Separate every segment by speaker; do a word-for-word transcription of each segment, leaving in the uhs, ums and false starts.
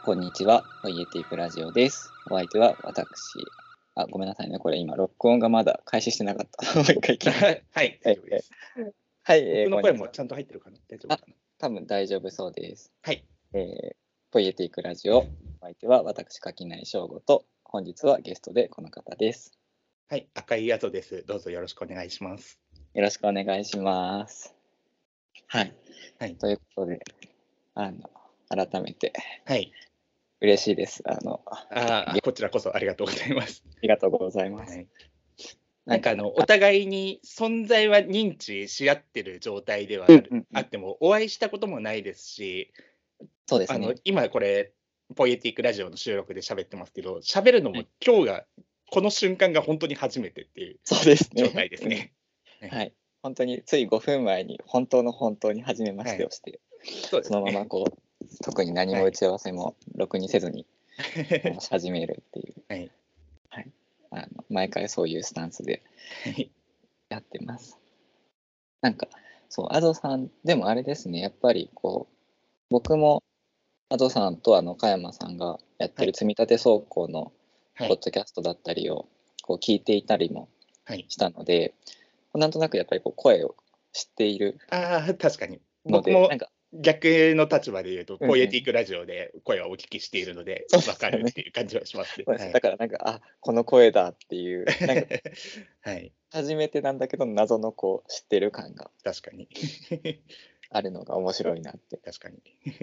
Speaker 1: こんにちは、ポイエティックラジオです。お相手は私、あ、ごめんなさいね、これ今、録音がまだ開始してなかった。もう一回聞いて。
Speaker 2: はい、大丈夫です。
Speaker 1: はい、えー、
Speaker 2: 僕の声
Speaker 1: こんにちは。
Speaker 2: もちゃんと入ってるかな、大丈夫かな。
Speaker 1: 多分大丈夫そうです。
Speaker 2: はい。
Speaker 1: えー、ポイエティックラジオ、お相手は私、垣内翔吾と、本日はゲストでこの方です。
Speaker 2: はい、赤いやつです。どうぞよろしくお願いします。
Speaker 1: よろしくお願いします。はい。
Speaker 2: はい。
Speaker 1: ということで、あの、改めて、
Speaker 2: はい。
Speaker 1: 嬉しいです。あの、
Speaker 2: ああ、こちらこそありがとうございます。
Speaker 1: ありがとうございます。
Speaker 2: はい。なんかあのお互いに存在は認知し合ってる状態ではある、
Speaker 1: うんうんうん、
Speaker 2: あってもお会いしたこともないですし、
Speaker 1: そうですね。
Speaker 2: あの今これポイエティックラジオの収録で喋ってますけど、喋るのも今日がこの瞬間が本当に初めてっていう
Speaker 1: そうですね。
Speaker 2: 状態ですね。
Speaker 1: うん、はい。本当についごふんまえに本当の本当に初めましてをして、
Speaker 2: はい、
Speaker 1: そのままこう特に何も打ち合わせもろくにせずに話し始めるっていう、
Speaker 2: はい
Speaker 1: はい、あの毎回そういうスタンスでやってます。なんかそう、アドさんでもあれですね、やっぱりこう僕もアドさんとあの加山さんがやってる積み立て走行のポッドキャストだったりをこう聞いていたりもしたので、はい、なんとなくやっぱりこう声を知っているので、
Speaker 2: ああ、確かに。僕も
Speaker 1: なんか
Speaker 2: 逆の立場で言うと、ポイエティックラジオで声をお聞きしているので、わ、かるっていう感じはしますね。
Speaker 1: はい、だからなんか、あ、この声だっていう、なんか
Speaker 2: はい、
Speaker 1: 初めてなんだけど謎のこう知ってる感が
Speaker 2: 確かに
Speaker 1: あるのが面白いなって。
Speaker 2: 確かに。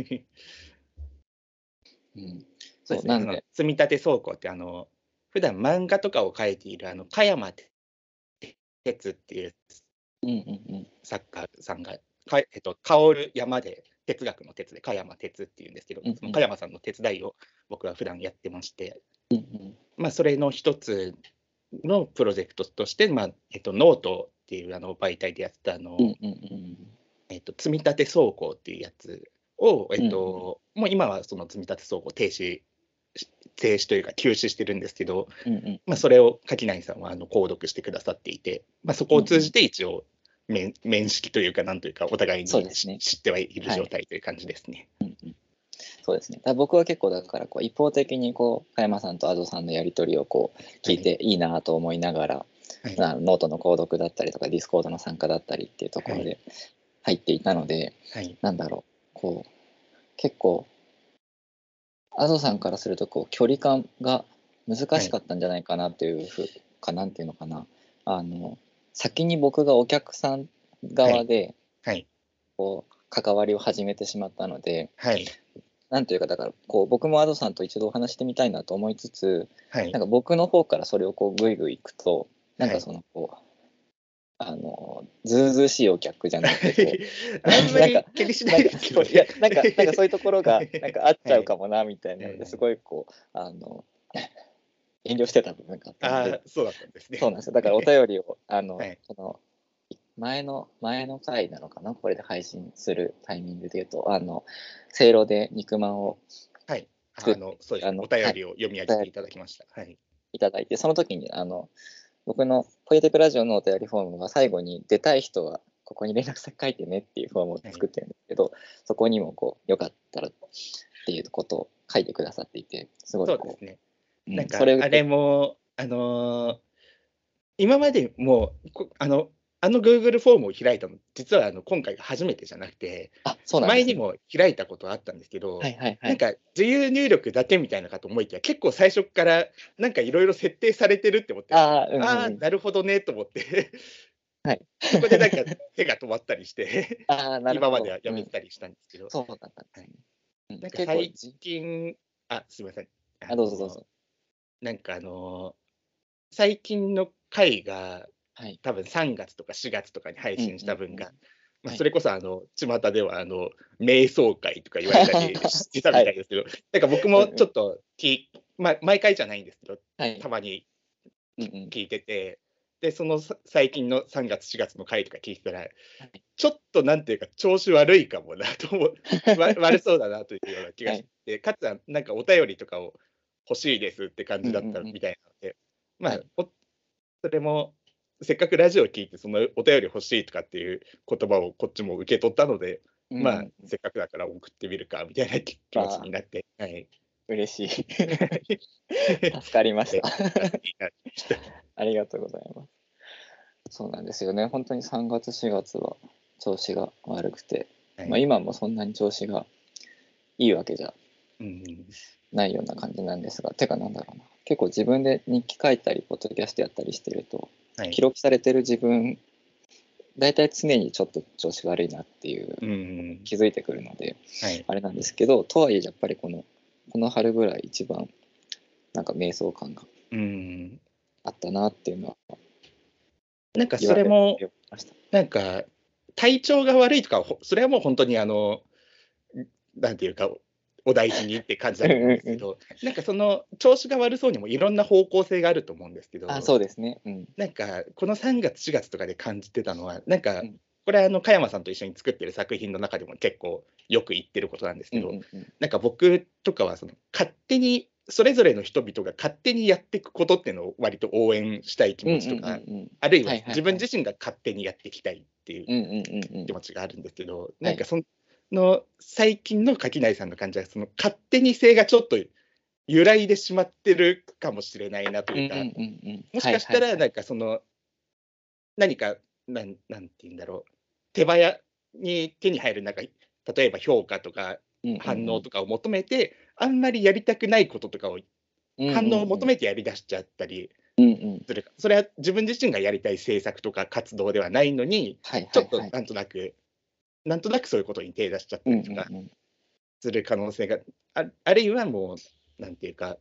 Speaker 1: うん、
Speaker 2: そうですね。あの積み立て倉庫ってあの普段漫画とかを描いているあの加山哲っていう作家さんが、かえっと、薫山で哲学の哲で加山哲っていうんですけど、その加山さんの手伝いを僕は普段やってまして、うんうん、まあそれの一つのプロジェクトとして、まあえっと、ノートっていうあの媒体でやったあの、うんうんうん、えっと、積み立て倉庫っていうやつを、えっと、うんうん、もう今はその積み立て倉庫停止停止というか休止してるんですけど、うんうん、まあ、それを垣内さんはあの購読してくださっていて、まあ、そこを通じて一応面、面識というかなんというかお互いに、ね、知ってはいる状態という感じですね。
Speaker 1: はい、うんうん、そうですね。だ僕は結構だからこう一方的にこう加山さんとアドさんのやり取りをこう聞いていいなと思いながら、はい、ノートの購読だったりとかディスコードの参加だったりっていうところで入っていたので、はい、なんだろう、こう結構アドさんからするとこう距離感が難しかったんじゃないかなというふうか、なんていうのかな、あの先に僕がお客さん側でこう関わりを始めてしまったので、はい、なんというかだからこう僕もアドさんと一度お話してみたいなと思いつつ、はい、なんか僕の方からそれをこうグイグイいくとなんかそのこう、はい、あのずうずうしいお客じゃなくて
Speaker 2: あんまり気にしないですけど、ね、
Speaker 1: いやなんかなんかそういうところがなんかあっちゃうかもなみたいなので、はい、すごいこうあの遠慮してた部分があったので、
Speaker 2: あそうだったんですね。
Speaker 1: そうなんですよ。だからお便りをあの、はい、その前の前の回なのかな、これで配信するタイミングで言うとあのせいろで肉まんを
Speaker 2: はいあのそうです、ね、お便りを読み上げていただきました。はい、
Speaker 1: いただいて、その時にあの僕のポイエティックラジオのお便りフォームは最後に出たい人はここに連絡先書いてねっていうフォームを作ってるんですけど、はい、そこにもこうよかったらっていうことを書いてくださっていて、すごいこう、
Speaker 2: そうですね。うん、なんかあれもあのー、今までもあのあの Google フォームを開いたの実はあの今回が初めてじゃなくて、
Speaker 1: あ、そうなんですね、
Speaker 2: 前にも開いたことあったんですけど、
Speaker 1: はいはいはい、
Speaker 2: なんか自由入力だけみたいなかと思いきや結構最初からなんかいろいろ設定されてるって思って、あ、うんうん、あなるほどねと思ってはい、そこでなんか手が止まったりしてあなるほど今まではやめてたりしたんですけど、うん、
Speaker 1: そうだったんですね、
Speaker 2: はい、なんか最近あすみません
Speaker 1: あどうぞどうぞ、
Speaker 2: なんかあの最近の回が、はい、多分さんがつとかしがつとかに配信した分が、うんうんうん、まあ、それこそあの巷ではあの瞑想会とか言われたりしてたみたいですけど、はい、なんか僕もちょっとき、まあ、毎回じゃないんですけど、はい、たまに聞いてて、でその最近のさんがつしがつの回とか聞いてたら、はい、ちょっとなんていうか調子悪いかもなと思う悪そうだなというような気がして、はい、かつなんかお便りとかを欲しいですって感じだったみたいなので、まあ、はい、それもせっかくラジオを聞いてそのお便り欲しいとかっていう言葉をこっちも受け取ったので、うん、まあせっかくだから送ってみるかみたいな気持ちになって、はい、
Speaker 1: 嬉しい。助かりました。ありがとうございます。そうなんですよね。本当にさんがつしがつは調子が悪くて、はい、まあ、今もそんなに調子がいいわけじゃないような感じなんですが、うん、てかなんだろうな、結構自分で日記書いたりポッドキャストやったりしてると、はい、記録されてる自分大体常にちょっと調子が悪いなっていう、うん、気づいてくるので、はい、あれなんですけど、とはいえやっぱりこのこの春ぐらい一番なんか瞑想感があったなっていうのは、うん、
Speaker 2: なんかそれもなんか体調が悪いとか、それはもう本当にあのなんていうかお大事にって感じだと思うんですけどなんかその調子が悪そうにもいろんな方向性があると思うんですけど、
Speaker 1: あ、そうですね、うん、
Speaker 2: なんかこのさんがつしがつとかで感じてたのはなんか、うん、これはあの加山さんと一緒に作ってる作品の中でも結構よく言ってることなんですけど、うんうんうん、なんか僕とかはその勝手にそれぞれの人々が勝手にやっていくことっていうのを割と応援したい気持ちとか、うんうんうんうん、あるいは自分自身が勝手にやっていきたいっていう気持ちがあるんですけど、うんうんうんうん、なんかその最近の垣内さんの感じはその勝手に性がちょっと揺らいでしまってるかもしれないなというか、うんうんうん、もしかしたらなんかその何かなんなんて言うんだろう、手早に手に入るなんか例えば評価とか反応とかを求めて、うんうんうん、あんまりやりたくないこととかを反応を求めてやりだしちゃったりするか、うんうんうん、それは自分自身がやりたい政策とか活動ではないのに、はいはいはい、ちょっとなんとなくなんとなくそういうことに手出しちゃったりとかする可能性が、うんうんうん、あ, あるいはもうなんていうか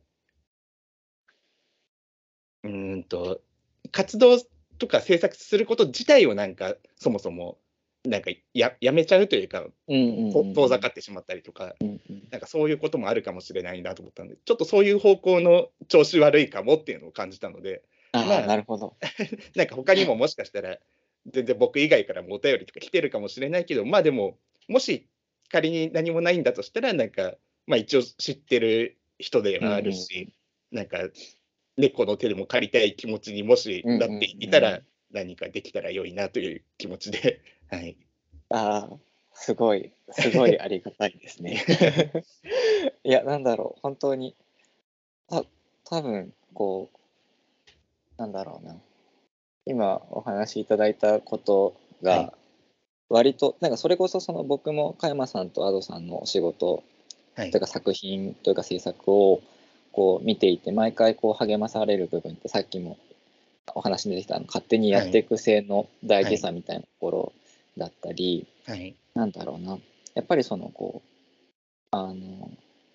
Speaker 2: うーんと活動とか制作すること自体をなんかそもそもなんか や, やめちゃうというか、うんうんうん、遠ざかってしまったりとか、うんうん、なんかそういうこともあるかもしれないなと思ったんで、ちょっとそういう方向の調子悪いかもっていうのを感じたので、
Speaker 1: あ、まあなるほど。
Speaker 2: なんか他にももしかしたら全然僕以外からもお便りとか来てるかもしれないけど、まあでももし仮に何もないんだとしたらなんかまあ一応知ってる人ではあるし、うんうん、なんか猫の手でも借りたい気持ちにもしなっていたら、うんうんうん、何かできたら良いなという気持ちで、はい。
Speaker 1: ああ、すごい、すごいありがたいですね。いや、なんだろう、本当に、た多分こう、なんだろうな、今お話しいただいたことが、割と、なんかそれこそその僕も加山さんと Ado さんのお仕事、はい、というか作品というか制作をこう見ていて、毎回こう励まされる部分って、さっきもお話に出てきたあの勝手にやっていく性の大事さみたいなところだったり、はい、なんだろうな、やっぱりそのこうあの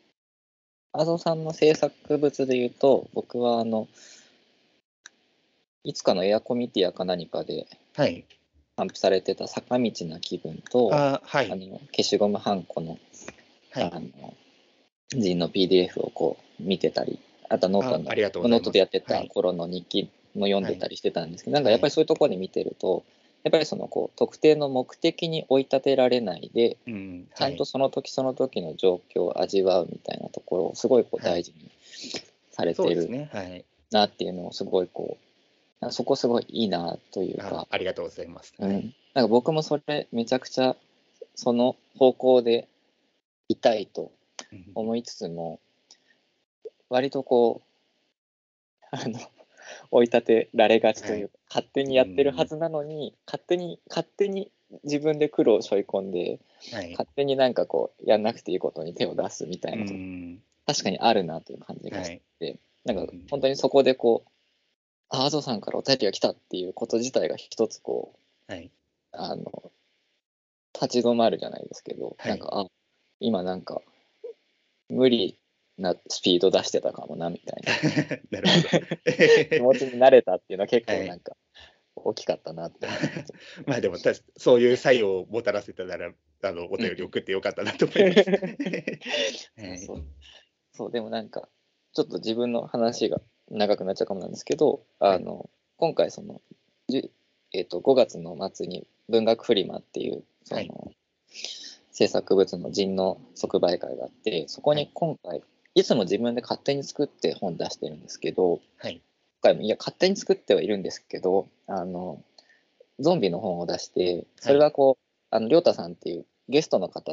Speaker 1: Adoさんの制作物でいうと、僕はあのいつかのエアコミティアか何かで頒布されてた坂道な気分と、あ、はい、あの消しゴムはんこの、はい、あの人の ピーディーエフ をこう見てたり、あとノートのノートでやってた頃の日記も読んでたりしてたんですけど、はい、なんかやっぱりそういうところで見てると、やっぱりそのこう特定の目的に追い立てられないで、うん、はい、ちゃんとその時その時の状況を味わうみたいなところをすごいこう大事にされてるなっていうのをすごいこう、そこすごいいいなというか、
Speaker 2: あ, ありがとうございます、
Speaker 1: うん、なんか僕もそれめちゃくちゃその方向でいたいと思いつつも、割とこうあの追い立てられがちというか、はい、勝手にやってるはずなのに、うん、勝手に勝手に自分で苦労を背負い込んで、はい、勝手になんかこうやんなくていいことに手を出すみたいなこと、うん、確かにあるなという感じがして、はい、なんか本当にそこでこう、あ、Adoさんからお便りが来たっていうこと自体が一つこう、はい、あの立ち止まるじゃないですけど、はい、なんかあ今なんか無理なスピード出してたかもなみたいななるほど気持ちになれたっていうのは結構なんか大きかったなって、はい、
Speaker 2: まあでもたそういう作用をもたらせたならあのお便り送ってよかったなと思います、
Speaker 1: はい、そうそうそう。でもなんかちょっと自分の話が長くなっちゃうかもなんですけど、あの、はい、今回その、えー、とごがつの末に文学フリマっていうその、はい、制作物の人の即売会があって、そこに今回、はい、いつも自分で勝手に作って本出してるんですけど、はい、今回もいや勝手に作ってはいるんですけど、あのゾンビの本を出して、それはこう、はい、あの亮太さんっていうゲストの方と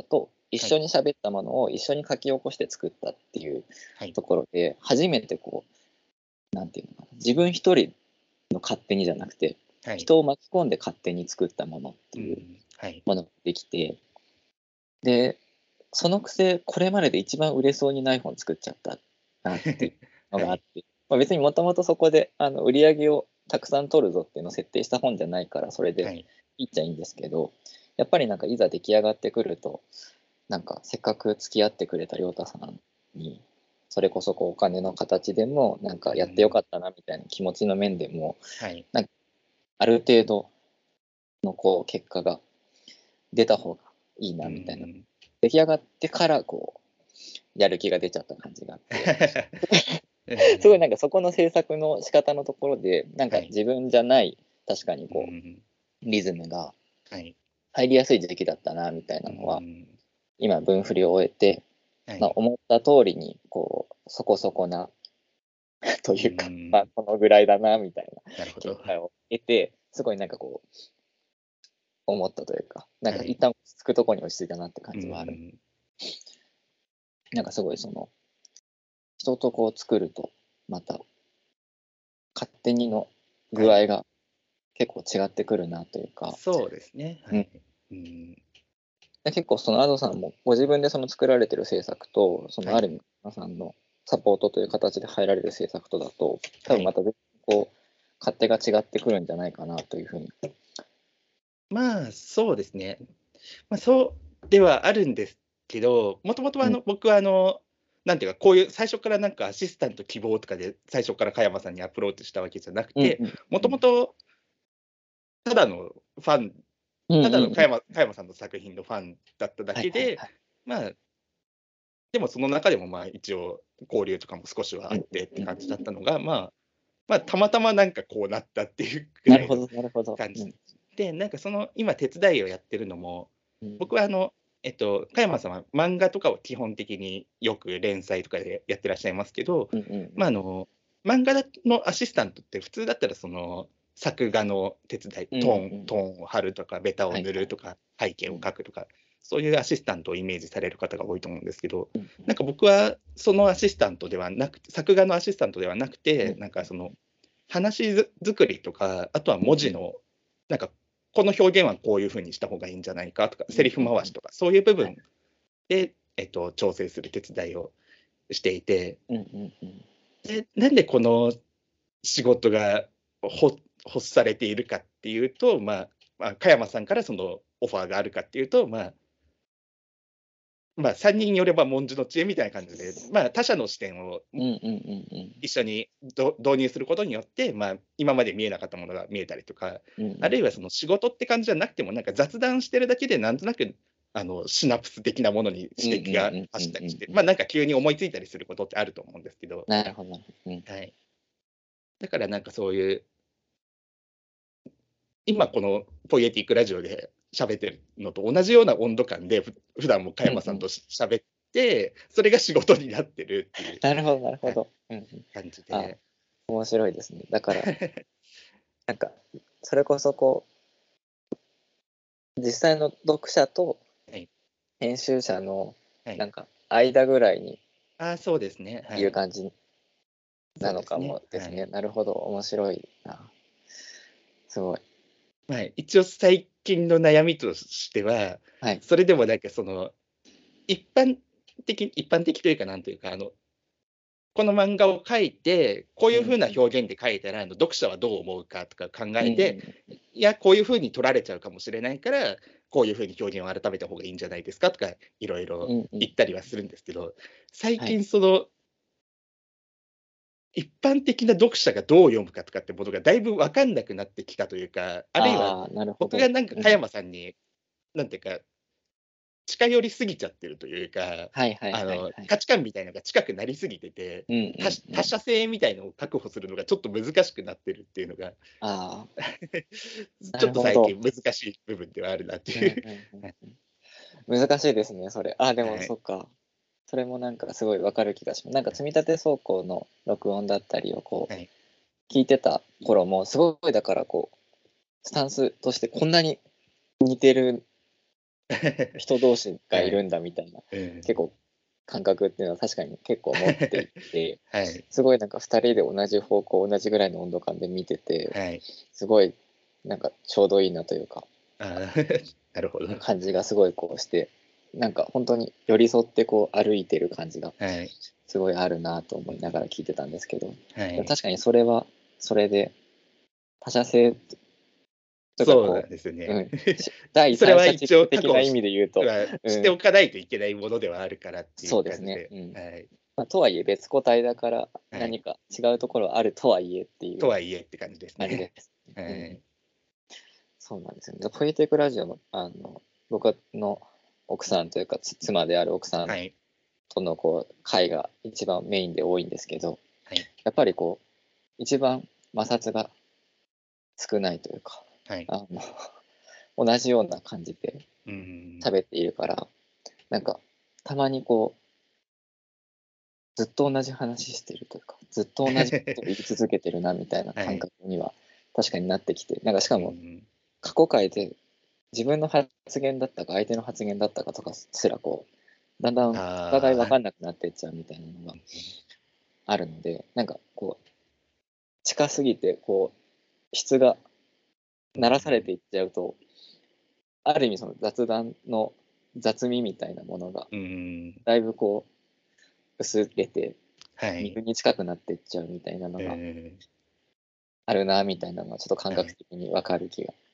Speaker 1: 一緒に喋ったものを一緒に書き起こして作ったっていうところで、はい、初めてこうなんていうのかな、自分一人の勝手にじゃなくて、はい、人を巻き込んで勝手に作ったものっていうものができて、でそのくせこれまでで一番売れそうにない本作っちゃったなっていうのがあって、はい、まあ、別にもともとそこであの売り上げをたくさん取るぞっていうのを設定した本じゃないからそれでいいっちゃいいんですけど、はい、やっぱりなんかいざ出来上がってくるとなんかせっかく付き合ってくれた亮太さんにそれこそこうお金の形でもなんかやってよかったなみたいな気持ちの面でも、うん、はい、なんかある程度のこう結果が出た方がいいなみたいな、うん、出来上がってからこうやる気が出ちゃった感じがあってすごいなんかそこの制作の仕方のところでなんか自分じゃない、はい、確かにこう、うん、リズムが入りやすい時期だったなみたいなのは、うん、今分振りを終えて、はい、まあ、思った通りにこうそこそこなというか、うん、まあこのぐらいだなみたいな結果を得てすごいなんかこう思ったというかなんか一旦落ち着くところに落ち着いたなって感じはある、はい、うん、なんかすごいその人とこう作るとまた勝手にの具合が結構違ってくるなというか、はい、
Speaker 2: そうですね、はい、
Speaker 1: うん、で結構その Ado さんもご自分でその作られてる制作とそのある意味皆さんのサポートという形で入られる制作とだと多分またこう勝手が違ってくるんじゃないかなというふうに。
Speaker 2: まあそうですね、まあ、そうではあるんですけど、もともとあの、うん、僕はあのなんていうかこういう最初からなんかアシスタント希望とかで最初から加山さんにアプローチしたわけじゃなくて、もともとただのファン、ただの加山、加山さんの作品のファンだっただけで、まあでもその中でもまあ一応交流とかも少しはあってって感じだったのが、まあまあたまたまなんかこうなったっていうぐらいの感じで、なんかその今手伝いをやってるのも、僕はあのえっと加山さんは漫画とかを基本的によく連載とかでやってらっしゃいますけど、まああの漫画のアシスタントって普通だったらその作画の手伝い、トーントーンを貼るとかベタを塗るとか背景を描くとか。そういうアシスタントをイメージされる方が多いと思うんですけど、なんか僕はそのアシスタントではなくて、作画のアシスタントではなくて、なんかその話作りとか、あとは文字の、なんかこの表現はこういうふうにした方がいいんじゃないかとか、セリフ回しとか、そういう部分で、えっと、調整する手伝いをしていて、でなんでこの仕事がほ発されているかっていうと、まあ、まあ、加山さんからそのオファーがあるかっていうと、まあ、まあ、さんにんによれば文殊の知恵みたいな感じで、まあ、他者の視点を一緒にど導入することによって、まあ、今まで見えなかったものが見えたりとか、うんうん、あるいはその仕事って感じじゃなくても、なんか雑談してるだけで、なんとなくあのシナプス的なものに指摘が走ったりして、まあ、なんか急に思いついたりすることってあると思うんですけど、
Speaker 1: なるほど、うん、
Speaker 2: はい、だからなんかそういう、今このポイエティックラジオで喋ってるのと同じような温度感でふ普段も加山さんと喋って、うんうん、それが仕事になってるっていう
Speaker 1: なるほどなるほど、
Speaker 2: うん、感じで
Speaker 1: 面白いですね。だからなんかそれこそこう実際の読者と編集者のなんか間ぐらいに
Speaker 2: あそうですね
Speaker 1: いう感じなのかもですね。なるほど、面白いな。すごい。
Speaker 2: まあ、一応最近の悩みとしては、はい、それでもなんかその一般的一般的というかなんというかあのこの漫画を書いてこういう風な表現で書いたら、うん、あの読者はどう思うかとか考えて、うん、いやこういう風に取られちゃうかもしれないからこういう風に表現を改めた方がいいんじゃないですかとかいろいろ言ったりはするんですけど、うんうん、最近その、はい、一般的な読者がどう読むかとかってものがだいぶ分かんなくなってきたというか、あるいは僕がなんか加山さんに、うん、なんていうか近寄りすぎちゃってるというか、価値観みたいなのが近くなりすぎてて、うんうんうん、他, 他者性みたいなのを確保するのがちょっと難しくなってるっていうのがあちょっと最近難しい部分ではあるなっていう。
Speaker 1: うんうんうん、難しいですねそれ。あでも、はい、そっか、それもなんかすごい分かる気がします。なんか積み立て倉庫の録音だったりをこう、はい、聞いてた頃もすごいだからこうスタンスとしてこんなに似てる人同士がいるんだみたいな、
Speaker 2: はい、うん、
Speaker 1: 結構感覚っていうのは確かに結構持っていて、
Speaker 2: はい、
Speaker 1: すごいなんかふたりで同じ方向同じぐらいの温度感で見てて、
Speaker 2: はい、
Speaker 1: すごいなんかちょうどいいなというか、
Speaker 2: あなるほど。
Speaker 1: 感じがすごいこうして、なんか本当に寄り添ってこう歩いてる感じが
Speaker 2: はい、
Speaker 1: すごいあるなと思いながら聞いてたんですけど、
Speaker 2: はい、
Speaker 1: 確かにそれはそれで他者性というか
Speaker 2: そうな
Speaker 1: こう、
Speaker 2: んですよね。
Speaker 1: うん、第
Speaker 2: それは
Speaker 1: 三者
Speaker 2: 一応
Speaker 1: 的な意
Speaker 2: 確保し
Speaker 1: 味で言うと、
Speaker 2: は
Speaker 1: うん、
Speaker 2: しておかないといけないものではあるからっていう
Speaker 1: そうですね、
Speaker 2: 感じで、
Speaker 1: うん。
Speaker 2: はい、
Speaker 1: まあ、とはいえ別個体だから
Speaker 2: はい。
Speaker 1: 何か違うところはあるとはいえっていう
Speaker 2: とはいえって感じですね。
Speaker 1: 感じです。
Speaker 2: は
Speaker 1: うん、
Speaker 2: い、
Speaker 1: そうなんですよね。ポエティックラジオもあの僕の奥さんというかつ妻である奥さん
Speaker 2: はい、
Speaker 1: とのこう会が一番メインで多いんですけど、
Speaker 2: はい、
Speaker 1: やっぱりこう一番摩擦が少ないというか、
Speaker 2: はい。
Speaker 1: あの同じような感じで
Speaker 2: うん、
Speaker 1: 食べているから、なんかたまにこうずっと同じ話してるというか、ずっと同じことを言い続けてるなみたいな感
Speaker 2: はい、
Speaker 1: 覚には確かになってきて、なんかしかも
Speaker 2: うん、
Speaker 1: 過去回で自分の発言だったか相手の発言だったかとかすらこうだんだんお互い分
Speaker 2: ああ、
Speaker 1: かんなくなってっちゃうみたいなのがあるので、なんかこう近すぎてこう質が
Speaker 2: うん、
Speaker 1: 鳴らされていっちゃうと、ある意味その雑談の雑味みたいなものが
Speaker 2: うん、
Speaker 1: だいぶこう薄れて
Speaker 2: はい、
Speaker 1: 水に近くなっていっちゃうみたいなの
Speaker 2: う
Speaker 1: が
Speaker 2: ん、
Speaker 1: あるなみたいなのはちょっと感
Speaker 2: はい、
Speaker 1: 覚的に分かる気が
Speaker 2: うん、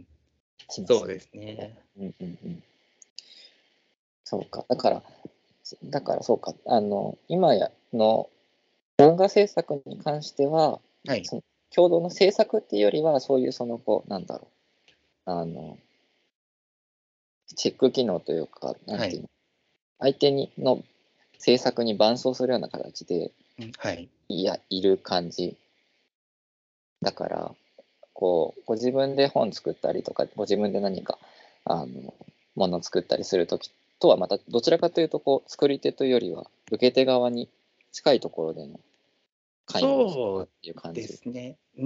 Speaker 1: しますね。
Speaker 2: そうですね。
Speaker 1: うんうんうん。そうか。だから、だからそうか。あの、今やの動画制作に関しては、
Speaker 2: はい、
Speaker 1: その共同の制作っていうよりは、そういうそのこう、なんだろう。あの、チェック機能というか、なん
Speaker 2: はい、
Speaker 1: ていうの、相手にの制作に伴走するような形で、
Speaker 2: うん、はい、
Speaker 1: いや、いる感じ。だから、こう、ご自分で本作ったりとか、ご自分で何か、あの、ものを作ったりするときとは、またどちらかというと、こう、作り手というよりは、受け手側に近いところでの関与をする
Speaker 2: そう
Speaker 1: っていう感
Speaker 2: で
Speaker 1: じ。
Speaker 2: すね。うん、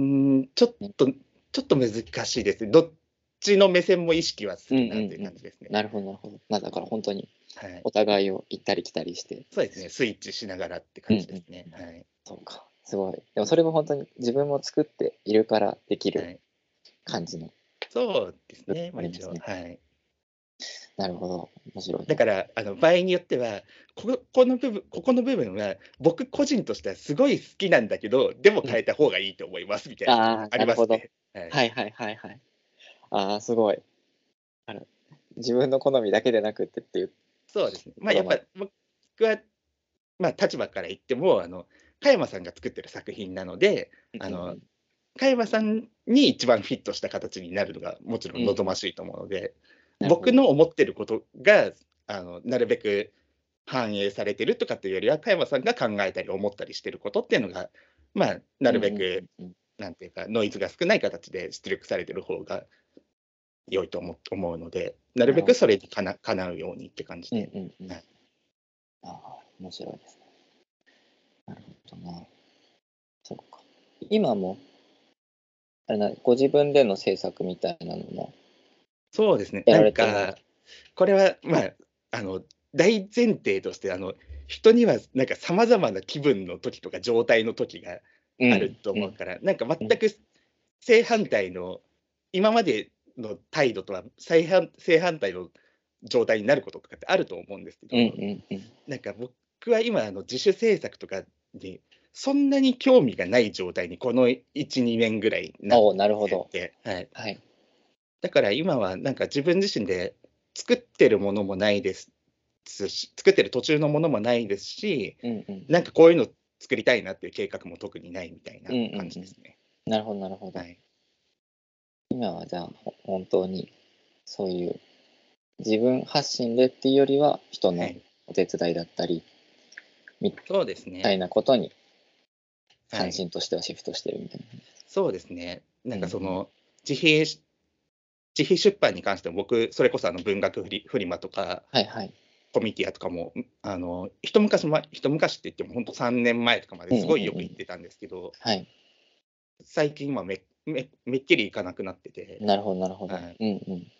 Speaker 2: ちょっ
Speaker 1: ね、
Speaker 2: とちょっと難しいですね。どっちの目線も意識はす
Speaker 1: うんう
Speaker 2: るなという
Speaker 1: んうん。
Speaker 2: 感じですね。
Speaker 1: なるほど、なるほど。まあ、だから本当に、
Speaker 2: はい。
Speaker 1: お互いを行ったり来たりして、
Speaker 2: そうですね、スイッチしながらって
Speaker 1: うんうん。
Speaker 2: 感じですね。はい。
Speaker 1: そうか。すごい。でもそれも本当に自分も作っているからできる
Speaker 2: はい。
Speaker 1: 感じの
Speaker 2: そうです
Speaker 1: 部分
Speaker 2: ね、まあ、一応、
Speaker 1: ありますね。
Speaker 2: はい。
Speaker 1: なるほど。面白いな。
Speaker 2: だから、あの、場合によっては、こここの部分ここの部分は、僕個人としてはすごい好きなんだけど、でも
Speaker 1: うん。
Speaker 2: 変えた方がいいと思いますみたいなのも
Speaker 1: ああ、
Speaker 2: あり
Speaker 1: なるほど。
Speaker 2: ますね。はい。
Speaker 1: はいはいはいはい。ああ、すごい。あの、自分の好みだけでなくってっていう
Speaker 2: そうですね。まあ、やっぱ、
Speaker 1: ところまで。
Speaker 2: 僕は、まあ、立場から言っても、あの、加山さんが作ってる作品なので、あの
Speaker 1: うんうん。
Speaker 2: 加山さんに一番フィットした形になるのがもちろん
Speaker 1: うんうん。
Speaker 2: 望ましいと思うので、
Speaker 1: なるほど。
Speaker 2: 僕の思ってることが、あの、なるべく反映されてるとかっていうよりは、加山さんが考えたり思ったりしてることっていうのが、まあ、な
Speaker 1: うんうんう
Speaker 2: るべく、
Speaker 1: んうん。
Speaker 2: なんていうか、ノイズが少ない形で出力されてる方が良いと思思うので、なるべくそれ
Speaker 1: なるほど。
Speaker 2: にかな叶うようにって感じ
Speaker 1: うん
Speaker 2: で。
Speaker 1: うんうん。
Speaker 2: はい。
Speaker 1: ああ、面白いですね。なるほどな。そうか。今も、あれな、ご自分での制作みたいなのも
Speaker 2: そうですね。
Speaker 1: や
Speaker 2: なん
Speaker 1: られてるんです
Speaker 2: か、これは、まあ、あの、大前提として、あの、人にはなんか様々な気分の時とか状態の時が
Speaker 1: うん、
Speaker 2: あると
Speaker 1: うん、
Speaker 2: 思うから、なんか
Speaker 1: うん、
Speaker 2: 全く正反対の、今までの態度とは正反正反対の状態になることとかってあると思うんですけ
Speaker 1: うんう
Speaker 2: ど、
Speaker 1: んうん。
Speaker 2: なんか僕は今、あの、自主制作とかにそんなに興味がない状態にこのいち、にねんぐらいなっ
Speaker 1: おお、なるほど。
Speaker 2: てて、はい。
Speaker 1: はい。
Speaker 2: だから今はなんか自分自身で作ってるものもないですし、作ってる途中のものもないですし、
Speaker 1: うんうん。
Speaker 2: なんかこういうの作りたいなっていう計画も特にないみたいな
Speaker 1: うんうん
Speaker 2: 感
Speaker 1: うん。
Speaker 2: じですね。
Speaker 1: なるほどなるほど。
Speaker 2: はい。
Speaker 1: 今はじゃあ、ほ本当にそういう自分発信でっていうよりは、人の
Speaker 2: はい。
Speaker 1: お手伝いだったりみ
Speaker 2: そうですね。
Speaker 1: たいなことに
Speaker 2: はい。
Speaker 1: 関心としてはシフトしてるみたいな感じです。
Speaker 2: そうですね。なん
Speaker 1: うんうん。
Speaker 2: かその、自費自費出版に関しても僕、それこそあの文学フリフリマとか、
Speaker 1: はいはい。
Speaker 2: コミティアとかも、ん、あの、一昔ま一昔って言っても本当さんねんまえとかまで
Speaker 1: うんうん
Speaker 2: すごいよ
Speaker 1: うん。
Speaker 2: く行ってたんですけど、
Speaker 1: はい。
Speaker 2: 最近今めめめっきり行かなくなってて、
Speaker 1: なるほどなるほど。
Speaker 2: はい。
Speaker 1: うんうん。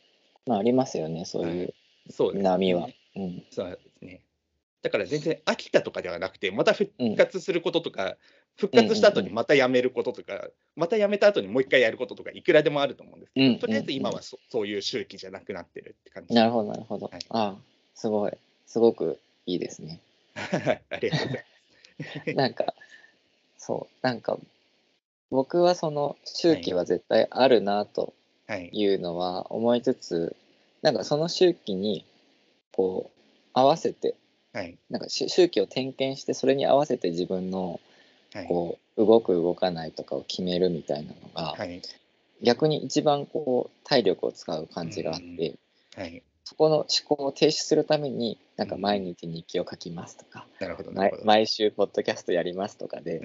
Speaker 1: まあ、ありますよね、そういう
Speaker 2: そうですね。
Speaker 1: 波は。うん。
Speaker 2: そうですね。だから全然飽きたとかではなくて、また復活することとか、復活した後にまたやめることとか、またやめた後にもう一回やることとか、いくらでもあると思うんですけど、とりあえず今はそそういう周期じゃなくなってるって感じ。
Speaker 1: なるほど、なるほど。
Speaker 2: はい、
Speaker 1: ああ、すごい。すごくいいですね。
Speaker 2: ありがとうございます。
Speaker 1: なんか、そう、なんか、僕はその周期
Speaker 2: は
Speaker 1: は絶対あるなと
Speaker 2: い、
Speaker 1: いうのは思いつつ、なんかその周期にこう合わせて、
Speaker 2: はい、
Speaker 1: なんか周周期を点検して、それに合わせて自分の
Speaker 2: はい、
Speaker 1: こう動く動かないとかを決めるみたいなのが、
Speaker 2: はい、
Speaker 1: 逆に一番こう体力を使う
Speaker 2: う
Speaker 1: 感じがあっ
Speaker 2: ん、
Speaker 1: て、
Speaker 2: はい、
Speaker 1: そこの思考を停止するために、なんか毎
Speaker 2: うん、
Speaker 1: 日日記を書きますとか、
Speaker 2: なるほど、なるほど。
Speaker 1: 毎毎週ポッドキャストやりますとかで、
Speaker 2: うん、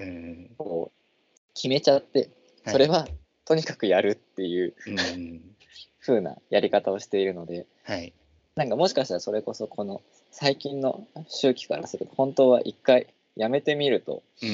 Speaker 1: こう決めちゃって、
Speaker 2: はい、
Speaker 1: それはとにかくやるっていう
Speaker 2: うん、
Speaker 1: 風なやり方をしているので、
Speaker 2: はい、
Speaker 1: なんかもしかしたらそれこそこの最近の周期からすると、本当は一回やめてみると、
Speaker 2: うん、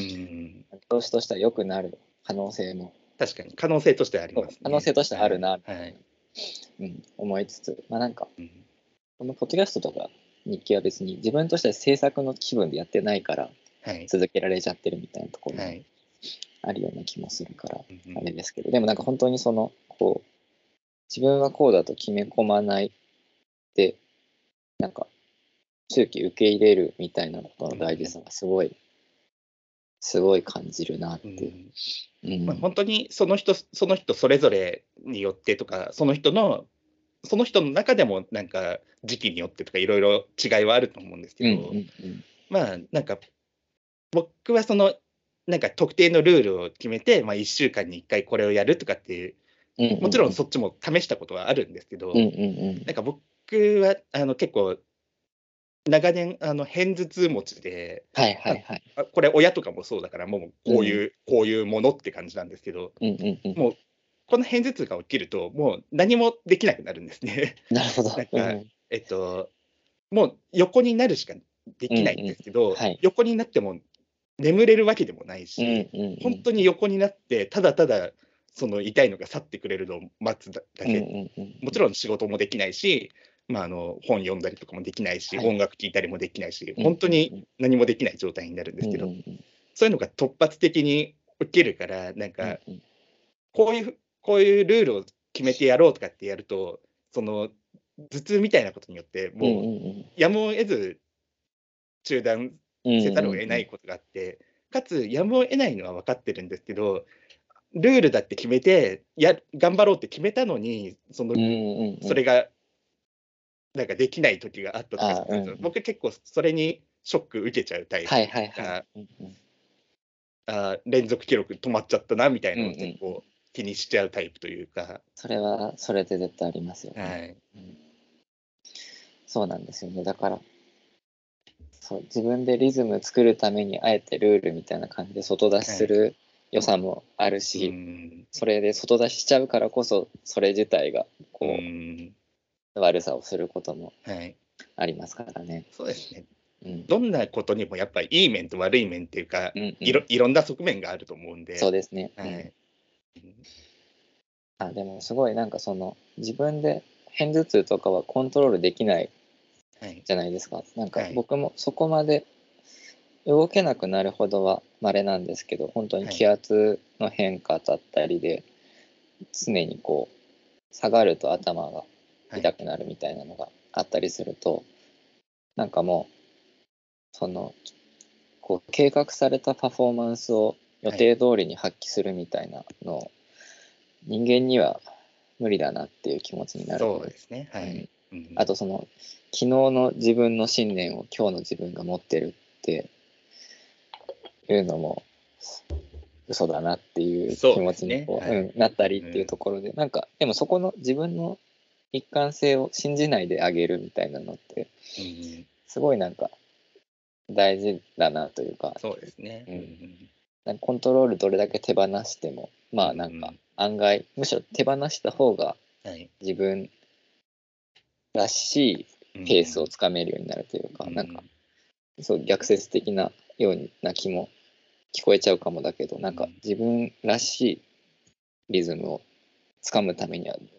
Speaker 1: 調子としては良くなる可能性も、
Speaker 2: 確かに可能性としてあります
Speaker 1: 可能
Speaker 2: ね。
Speaker 1: 性としてある
Speaker 2: はい、
Speaker 1: なみたいな、
Speaker 2: はい、
Speaker 1: うん、思いつつ、まあなんか、
Speaker 2: うん、
Speaker 1: このポッドキャストとか日記は別に自分としては制作の気分でやってないから
Speaker 2: はい、
Speaker 1: 続けられちゃってるみたいなところも
Speaker 2: はい、
Speaker 1: あるような気もするから
Speaker 2: うん、
Speaker 1: あれですけど、でもなんか本当にそのこう自分はこうだと決め込まないで、なんか周期受け入れるみたいなことの大事さがすごいすごい感じるなっ
Speaker 2: う
Speaker 1: て。
Speaker 2: ん、
Speaker 1: う
Speaker 2: まあ、
Speaker 1: ん。
Speaker 2: 本当にその人その人それぞれによってとか、その人のその人の中でもなんか時期によってとかいろいろ違いはあると思うんですけ
Speaker 1: うんう
Speaker 2: ど、
Speaker 1: んうん。
Speaker 2: まあ、なんか僕はその、なんか特定のルールを決めて、まあ、いっしゅうかんにいっかいこれをやるとかっていう、
Speaker 1: うんうん
Speaker 2: もちろ
Speaker 1: うん。
Speaker 2: んそっちも試したことはあるんですけど、
Speaker 1: うんうんうん。
Speaker 2: なんか僕はあの結構長年あの片頭痛持ちで、
Speaker 1: はいは
Speaker 2: ま
Speaker 1: いはい。
Speaker 2: あ、あ、これ親とかもそうだから、もう
Speaker 1: うん。
Speaker 2: こういうこういうものって感じなんですけど、
Speaker 1: うんうんうん。
Speaker 2: もうこの片頭痛が起きると、もう何もできなくなるんですね。
Speaker 1: なるほ
Speaker 2: なん
Speaker 1: ど。うん。
Speaker 2: か、えっと、もう横になるしかで
Speaker 1: うんう
Speaker 2: きないんで
Speaker 1: ん。
Speaker 2: すけど、
Speaker 1: はい。
Speaker 2: 横になっても眠れるわけでもない
Speaker 1: うん
Speaker 2: し、
Speaker 1: うんう
Speaker 2: ほん
Speaker 1: ん。
Speaker 2: とに横になって、ただただその痛いのが去ってくれるのを待つだだ
Speaker 1: うんう
Speaker 2: け。
Speaker 1: んうん。
Speaker 2: もちろん仕事もできないし、まあ、あの、本読んだりとかもできないし、
Speaker 1: はい。
Speaker 2: 音楽聴いたりもできないし、
Speaker 1: うん
Speaker 2: ほんとに
Speaker 1: うんうん。
Speaker 2: 何もできない状態になるんで
Speaker 1: うんうん
Speaker 2: すけど、
Speaker 1: うん。
Speaker 2: そういうのが突発的に起きるから、なんか、
Speaker 1: うんうん。
Speaker 2: こういうふこういうルールを決めてやろうとかってやると、その、頭痛みたいなことによって、
Speaker 1: うんうん
Speaker 2: もう
Speaker 1: うん。
Speaker 2: やむを得ず中断
Speaker 1: うんうん
Speaker 2: せざるを得
Speaker 1: うん。
Speaker 2: ないことがあって、かつやむを得ないのは分かってるんですけど、ルールだって決めて、や頑張ろうって決めたのに、その、
Speaker 1: うんうんうん。
Speaker 2: それがなんかできない時があったとか
Speaker 1: ああ、
Speaker 2: すると、
Speaker 1: うんうん。
Speaker 2: 僕結構それにショック受けちゃうタイプ
Speaker 1: はい
Speaker 2: という
Speaker 1: はいはい。
Speaker 2: か、
Speaker 1: うんうん。
Speaker 2: あ、連続記録止まっちゃったなみたい
Speaker 1: うんう
Speaker 2: のを結
Speaker 1: ん。
Speaker 2: 構気にしちゃうタイプというか、
Speaker 1: それはそれで絶対ありますよね。
Speaker 2: はい。
Speaker 1: うん。そうなんですよね。だからそう、自分でリズム作るためにあえてルールみたいな感じで外出し
Speaker 2: はい。
Speaker 1: する良さもある
Speaker 2: う
Speaker 1: し、
Speaker 2: ん。
Speaker 1: それで外出ししちゃうからこそ、それ自体が
Speaker 2: う
Speaker 1: こ
Speaker 2: ん。
Speaker 1: う悪さをすることも
Speaker 2: はい。
Speaker 1: ありますからね。
Speaker 2: そうですね。
Speaker 1: うん。
Speaker 2: どんなことにもやっぱりいい面と悪い面っていうか、
Speaker 1: うんうん。
Speaker 2: いろいろんな側面があると思うんで、
Speaker 1: そうですね。うん。
Speaker 2: はい。うん、
Speaker 1: あ、でもすごいなんかその自分で片頭痛とかはコントロールできない
Speaker 2: はい。
Speaker 1: じゃないですか。なんか
Speaker 2: はい。
Speaker 1: 僕もそこまで動けなくなるほどは稀なんですけど、本当に気
Speaker 2: はい。
Speaker 1: 圧の変化だったりで、常にこう下がると頭が
Speaker 2: はい。
Speaker 1: 痛くなるみたいなのがあったりすると、なんかもうそのこう計画されたパフォーマンスを予
Speaker 2: はい。
Speaker 1: 定通りに発揮するみたいなのを人間には無理だなっていう気持ちになると、
Speaker 2: そうですね。は
Speaker 1: うん、
Speaker 2: い。うん。
Speaker 1: あとその昨日の自分の信念を今日の自分が持ってるっていうのも嘘だなっていう気持
Speaker 2: そうですね。
Speaker 1: ちにこう、
Speaker 2: はい。
Speaker 1: うん、なったりっていう
Speaker 2: うん。
Speaker 1: ところで、なんかでもそこの自分の一貫性を信じないであげるみたいなのって
Speaker 2: うん。
Speaker 1: すごいなんか大事だなというか、
Speaker 2: そうですね。
Speaker 1: うん、
Speaker 2: うん。
Speaker 1: なんかコントロールどれだけ手放しても
Speaker 2: う
Speaker 1: まあなんか
Speaker 2: ん。
Speaker 1: 案外むしろ手放した方が
Speaker 2: はい。
Speaker 1: 自分らしい
Speaker 2: う
Speaker 1: ペースを
Speaker 2: ん。
Speaker 1: つかめるようになるというか、なんか
Speaker 2: うん。
Speaker 1: そう逆説的なような気も聞こえちゃうかもだけど、なんか
Speaker 2: うん。
Speaker 1: 自分らしいリズムをつかむためには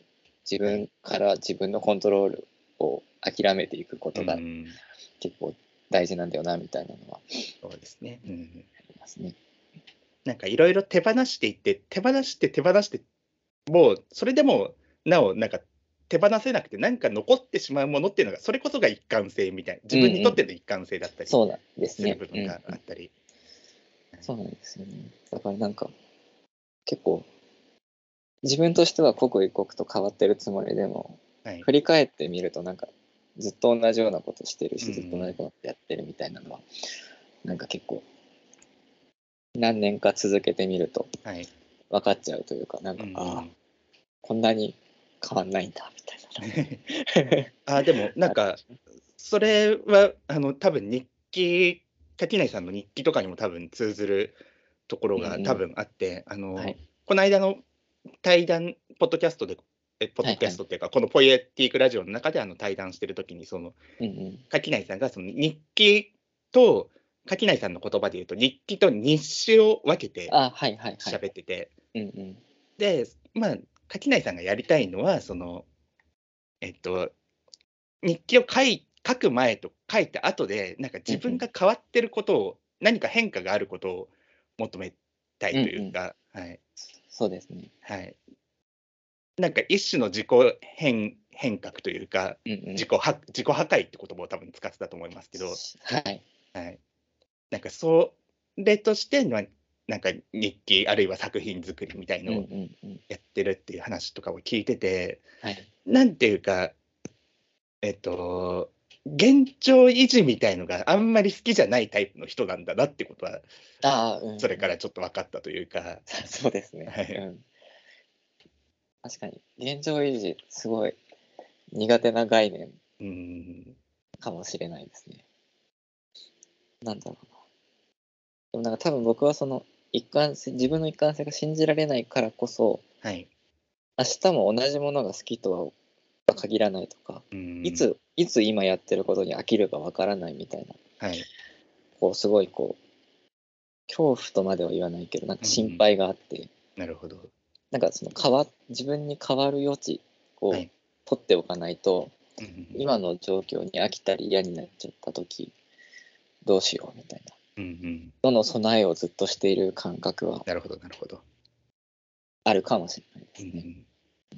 Speaker 1: 自分から自分のコントロールを諦めていくことが
Speaker 2: うん
Speaker 1: 結構大事なんだよなみたいなのは
Speaker 2: そうですね。うん、
Speaker 1: ありますね。
Speaker 2: なんかいろいろ手放していって手放して手放してもうそれでもなおなんか手放せなくてなんか残ってしまうものっていうのがそれこそが一貫性みたいな自分にとっての一貫性だったり
Speaker 1: そうなんです
Speaker 2: する
Speaker 1: ね。
Speaker 2: 部分があったり、
Speaker 1: うんうん、そうなんですよね。だからなんか結構自分としては刻一刻と変わってるつもりでも、はい、振り返ってみるとなんかずっと同じようなことしてるし、ずっと同じことやってるみたいなのは、うん、なんか結構何年か続けてみると分かっちゃうというか、なんか、うん、ああこんなに変わんないんだみたいな
Speaker 2: あでもなんかそれはあの多分日記垣内さんの日記とかにも多分通ずるところが多分あって、うんうん、あの、はい、この間の対談ポッドキャストでえポッドキャストっていうか、はいはい、このポイエティックラジオの中であの対談してるときにその、うんうん、垣内さんがその日記と垣内さんの言葉で言うと日記と日誌を分けて喋ってて、でまあ垣内さんがやりたいのはそのえっと日記を書い書く前と書いた後でなんか自分が変わってることを、うんうん、何か変化があることを求めたいというか、うんうん、はい、
Speaker 1: そうですね、
Speaker 2: はい、なんか一種の自己 変, 変革というか、うんうん、自己は自己破壊って言葉を多分使ってたと思いますけど、
Speaker 1: はい
Speaker 2: はい、なんかそれとしてなんか日記あるいは作品作りみたいのをやってるっていう話とかを聞いてて、うんうんうん、なんていうかえっと現状維持みたいのがあんまり好きじゃないタイプの人なんだなってことはあ、うんうん、それからちょっと分かったというか
Speaker 1: そうですね、はい、うん、確かに現状維持すごい苦手な概念かもしれないですね。うん、なんだろうな。でもなんか多分僕はその一貫性自分の一貫性が信じられないからこそ、はい、明日も同じものが好きとは限らないとか、うん、いついつ今やってることに飽きるかわからないみたいな、はい、こうすごいこう恐怖とまでは言わないけどなんか心配があって、うん、
Speaker 2: なるほど。
Speaker 1: なんかその変わ自分に変わる余地を取っておかないと、はい、今の状況に飽きたり嫌になっちゃった時どうしようみたいな、うんうん、どの備えをずっとしている感覚は
Speaker 2: なるほどなるほど
Speaker 1: あるかもしれないですね。うん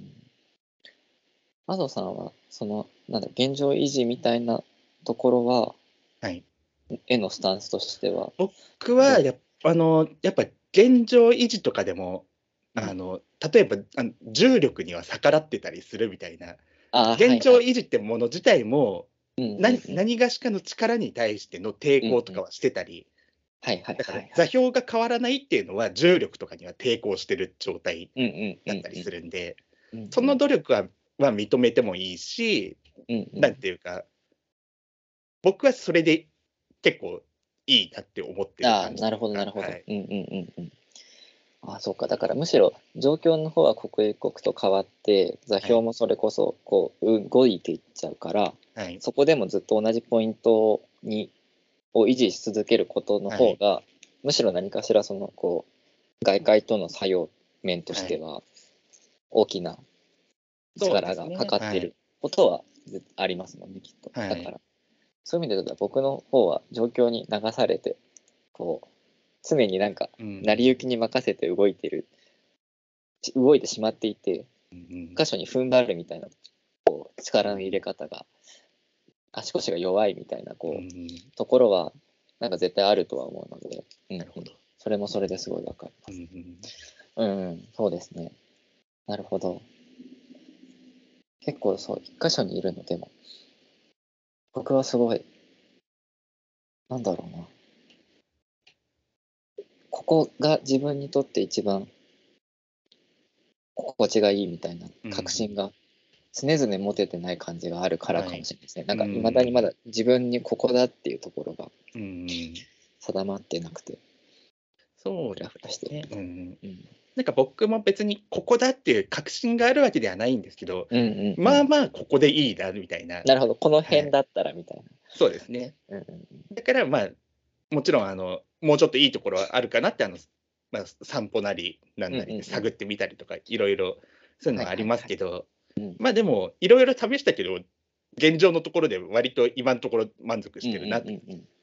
Speaker 1: 麻生さんはそのなんだ現状維持みたいなところは、はい、絵のスタンスとしては
Speaker 2: 僕はやっぱあのやっぱ現状維持とかでも、うん、あの例えばあの重力には逆らってたりするみたいな現状維持ってもの自体も、はいはい、何, 何がしかの力に対しての抵抗とかはしてたり、だから座標が変わらないっていうのは重力とかには抵抗してる状態だったりするんで、その努力はは認めてもいいし、うんうん、なんていうか僕はそれで結構いいなって思ってる感じ。
Speaker 1: あ、なるほどなるほど。はい、うんうんうんうん。あ、そうか。だからむしろ状況の方は刻一刻と変わって座標もそれこそこう動いていっちゃうから、はい、そこでもずっと同じポイントにを維持し続けることの方が、はい、むしろ何かしらそのこう外界との作用面としては大きな力がかかっていることはありますもんね、きっと。だからそういう意味で言うと僕の方は状況に流されてこう常になんか成り行きに任せて動いてる、うん、動いてしまっていて、うん、箇所に踏ん張るみたいなこう力の入れ方が足腰が弱いみたいなこう、うん、ところはなんか絶対あるとは思うので、うん、なるほど。それもそれですごいわかります。うん、うんうん、そうですね。なるほど。結構そう一箇所にいるのでも僕はすごいなんだろうな。ここが自分にとって一番心地がいいみたいな確信が常々持ててない感じがあるからかもしれないですね。はい、なんかいまだにまだ自分にここだっていうところが定まってなくて、
Speaker 2: そうだね。うんうん、なんか僕も別にここだっていう確信があるわけではないんですけど、うんうんうん、まあまあここでいいなみたいな。
Speaker 1: なるほど、この辺だったらみたいな。はい、
Speaker 2: そうですね。うんうん、だからまあもちろんあのもうちょっといいところはあるかなってあの、まあ、散歩なりなんなりで探ってみたりとかいろいろそういうのはありますけど、はいはいはい、
Speaker 1: うん、
Speaker 2: まあでもいろいろ試したけど現状のところで割と今のところ満足してるなって。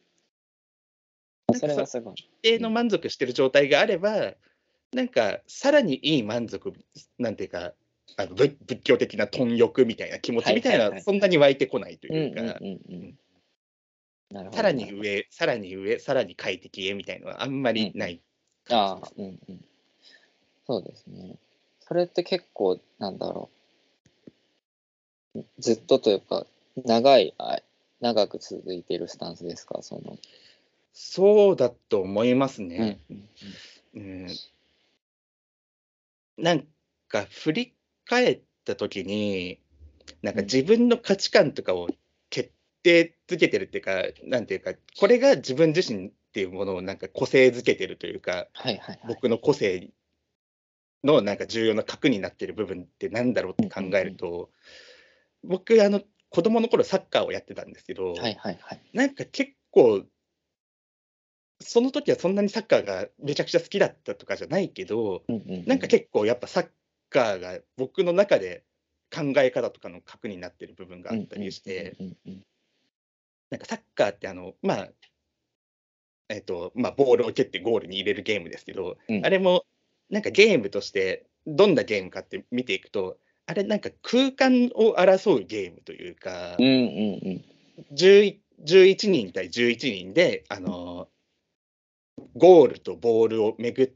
Speaker 1: それはすごい。
Speaker 2: 一定の満足してる状態があれば、なんかさらにいい満足、なんていうか、あの仏仏教的な貪欲みたいな気持ちみたいな、
Speaker 1: はいはいはい、
Speaker 2: そんなに湧いてこないと
Speaker 1: うん
Speaker 2: いうか、
Speaker 1: うんうんうん。なるほ
Speaker 2: さら
Speaker 1: どなるほど。
Speaker 2: に上、さらに上、さらに快適へみたいなのはあんまりない
Speaker 1: ああ、
Speaker 2: 感じです。
Speaker 1: うんうん。そうですね。それって結構、なんだろう。ずっとというか、長い、あ長く続いているスタンスですか、その。
Speaker 2: そうだと思います
Speaker 1: うん
Speaker 2: ね。
Speaker 1: うん
Speaker 2: うん、なんか振り返った時に、なんか自分の価値観とかを決定づけてるっていうか、なんていうか、これが自分自身っていうものをなんか個性づけてるというか、
Speaker 1: はいはいはい。
Speaker 2: 僕の個性のなんか重要な核になってる部分ってなんだろうって考えると、僕あの子供の頃サッカーをやってたんですけど、
Speaker 1: はいはいはい。
Speaker 2: なんか結構その時はそんなにサッカーがめちゃくちゃ好きだったとかじゃないけど、
Speaker 1: うんうんうん。
Speaker 2: なんか結構やっぱサッカーが僕の中で考え方とかの核になってる部分があったりして、
Speaker 1: うんうん
Speaker 2: なんかサッカーってあの、まあ、えっと、まあ、ボールを蹴ってゴールに入れるゲームですけど、
Speaker 1: うん。
Speaker 2: あれもなんかゲームとしてどんなゲームかって見ていくと、あれなんか空間を争うゲームというか、
Speaker 1: うんうんうん。
Speaker 2: じゅういじゅういちにん対じゅういちにんで、あの、ゴールとボールを巡って、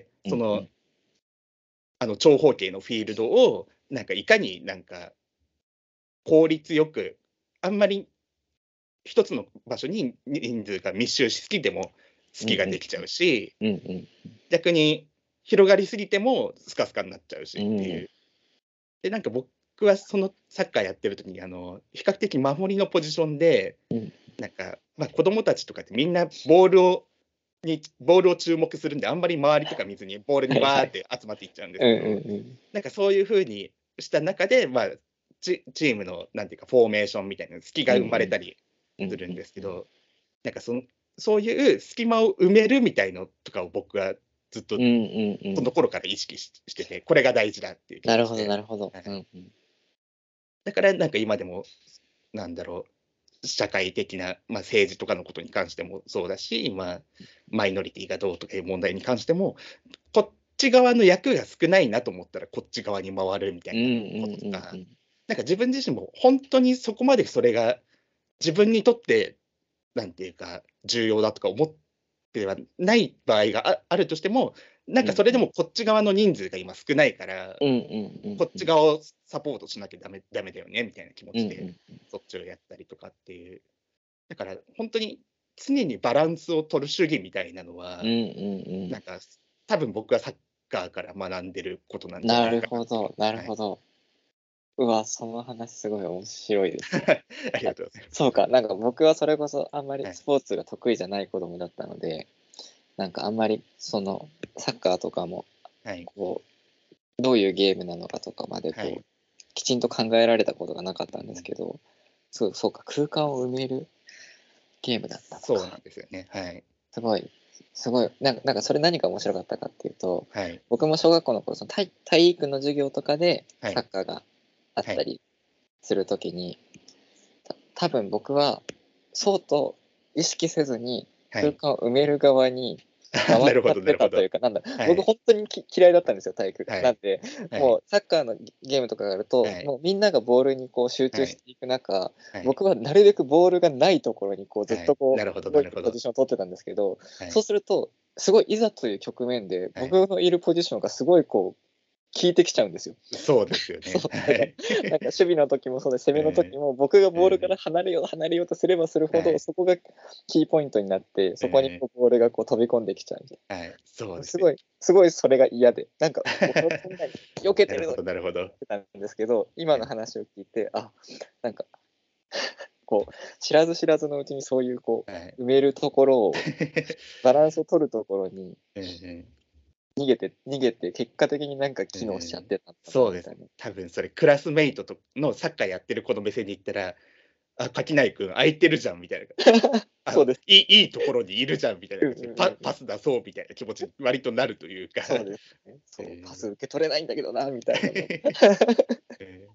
Speaker 2: その、
Speaker 1: うんうん。
Speaker 2: あの長方形のフィールドをなんかいかになんか効率よく、あんまり一つの場所に人数が密集しすぎても好きができちゃうし、
Speaker 1: うんうん
Speaker 2: 逆に広がりすぎてもスカスカになっちゃうし
Speaker 1: うん。うん。
Speaker 2: っていう。で、なんか僕はそのサッカーやってる時にあの、比較的守りのポジションで、
Speaker 1: うん。
Speaker 2: なんか、ま、子供たちとかってみんなボールをにボールを注目するんで、あんまり周りとか見ずにボールにわーっ
Speaker 1: はいはい。
Speaker 2: て集まっていっちゃうんで
Speaker 1: うん
Speaker 2: すけど、
Speaker 1: うんうん。
Speaker 2: なんかそういう風にした中で、まあ、チチームのなんていうか、フォーメーションみたいな隙が生まれたり
Speaker 1: うん
Speaker 2: するんですけ
Speaker 1: うん。
Speaker 2: ど、なんかそのそういう隙間を埋めるみたいのとかを僕はずっと
Speaker 1: うんうんうん。
Speaker 2: その頃から意識ししてて、これが大事だっていう気
Speaker 1: なるほど
Speaker 2: 持ちで。
Speaker 1: なるほど。
Speaker 2: はい。
Speaker 1: うんうん。
Speaker 2: だからなんか今でも、なんだろう、社会的な、まあ、政治とかのことに関してもそうだし、まあ、マイノリティがどうとかいう問題に関しても、こっち側の役が少ないなと思ったらこっち側に回るみたいな
Speaker 1: うんうん
Speaker 2: こととか、
Speaker 1: うんうん。
Speaker 2: なんか自分自身も本当にそこまでそれが自分にとって、なんていうか、重要だとか思ってはない場合がああるとしても、なんかそれで
Speaker 1: うんうん。
Speaker 2: もこっち側の人数が今少ないから、
Speaker 1: うんうんうん
Speaker 2: こっ
Speaker 1: うん。
Speaker 2: ち側をサポートしなきゃダメダメだよねみたいな気持
Speaker 1: うんう
Speaker 2: ちで、
Speaker 1: ん。
Speaker 2: そっちをやったりとかっていう。だから本当に常にバランスを取る主義みたいなのは、
Speaker 1: うんうんうん。
Speaker 2: なんか多分僕はサッカーから学んでることなんじゃ
Speaker 1: なる
Speaker 2: ないかなっていう。
Speaker 1: ほどなる
Speaker 2: はい。
Speaker 1: ほど。うわ、その話すごい面白いですね。
Speaker 2: あり
Speaker 1: あ、
Speaker 2: がとうございます。
Speaker 1: そうか、なんか僕はそれこそあんまり
Speaker 2: はい。
Speaker 1: スポーツが得意じゃない子供だったので、なんかあんまりそのサッカーとかも
Speaker 2: はい。
Speaker 1: こうどういうゲームなのかとかまで
Speaker 2: はい。
Speaker 1: こうきちんと考えられたことがなかったんです
Speaker 2: うん。
Speaker 1: けど、そうそうか、空間を埋めるゲームだったの
Speaker 2: そうな
Speaker 1: か。
Speaker 2: んですよね。はい。
Speaker 1: すごい、すごい、なんかなんかそれ何が面白かったかっていうと、
Speaker 2: はい。
Speaker 1: 僕も小学校の頃その体体育の授業とかで
Speaker 2: はい。
Speaker 1: サッカーがあっ
Speaker 2: はい。
Speaker 1: たりするときに、た多分僕はそうと意識せずに空
Speaker 2: はい。
Speaker 1: 間を埋める側に回っちゃっ
Speaker 2: なるほどなるほど。
Speaker 1: てたというか、なんだ、僕
Speaker 2: はい。
Speaker 1: 本当にき嫌いだったんですよ、体育が。
Speaker 2: はい。
Speaker 1: なんで、
Speaker 2: はい。
Speaker 1: もうサッカーのゲゲームとかがあると、
Speaker 2: はい。
Speaker 1: もうみんながボールにこう集
Speaker 2: はい。
Speaker 1: 中していく中、
Speaker 2: はい。
Speaker 1: 僕はなるべくボールがないところにこうずっ
Speaker 2: はい。
Speaker 1: とこ
Speaker 2: なるほど
Speaker 1: う動いてポ
Speaker 2: なるほど。
Speaker 1: ジションを取ってたんですけど、そう
Speaker 2: はい。
Speaker 1: すると、すごいいざという局面で、
Speaker 2: はい。
Speaker 1: 僕のいるポジションがすごいこう効いてきちゃうんですよ。
Speaker 2: そうですよ
Speaker 1: そう、
Speaker 2: ね。は
Speaker 1: だから、
Speaker 2: い。
Speaker 1: なんか守備の時もそうです、攻めの時
Speaker 2: え
Speaker 1: も、僕が
Speaker 2: え、え
Speaker 1: ボールから
Speaker 2: え、
Speaker 1: 離れよう離れようとすればするほど、
Speaker 2: はい。
Speaker 1: そこがキーポイントになって、そこに
Speaker 2: え
Speaker 1: こうボールがこう飛び込んできちゃうみたい
Speaker 2: え、はい。そう
Speaker 1: な。
Speaker 2: ですよ。
Speaker 1: すごいすごいそれが嫌で、なんか僕のそんなに避けてるのに
Speaker 2: なるほどなるほど。
Speaker 1: ってたんですけど、今の
Speaker 2: はい。
Speaker 1: 話を聞いて、あ、なんかこう、知らず知らずのうちにそういうこ
Speaker 2: はい。
Speaker 1: う、埋めるところを、バランスを取るところに
Speaker 2: ええええ。
Speaker 1: 逃げて逃げて、結果的になんか機能しちゃっ
Speaker 2: ええ、
Speaker 1: てたんだ
Speaker 2: そうです。
Speaker 1: なみたいな。
Speaker 2: 多分それクラスメイトとのサッカーやってる子の目線に行ったら、あ、垣内君空いてるじゃんみたいな。あの、
Speaker 1: そうです。
Speaker 2: いいいいところにいるじゃんみたいな
Speaker 1: うん
Speaker 2: 感じで、パ
Speaker 1: うんうんうん。
Speaker 2: パス出そうみたいな気持ちに割となるというか。
Speaker 1: そうですね。そう、パ
Speaker 2: え
Speaker 1: ス受け取れないんだけどなみたいなの。
Speaker 2: え。ええ。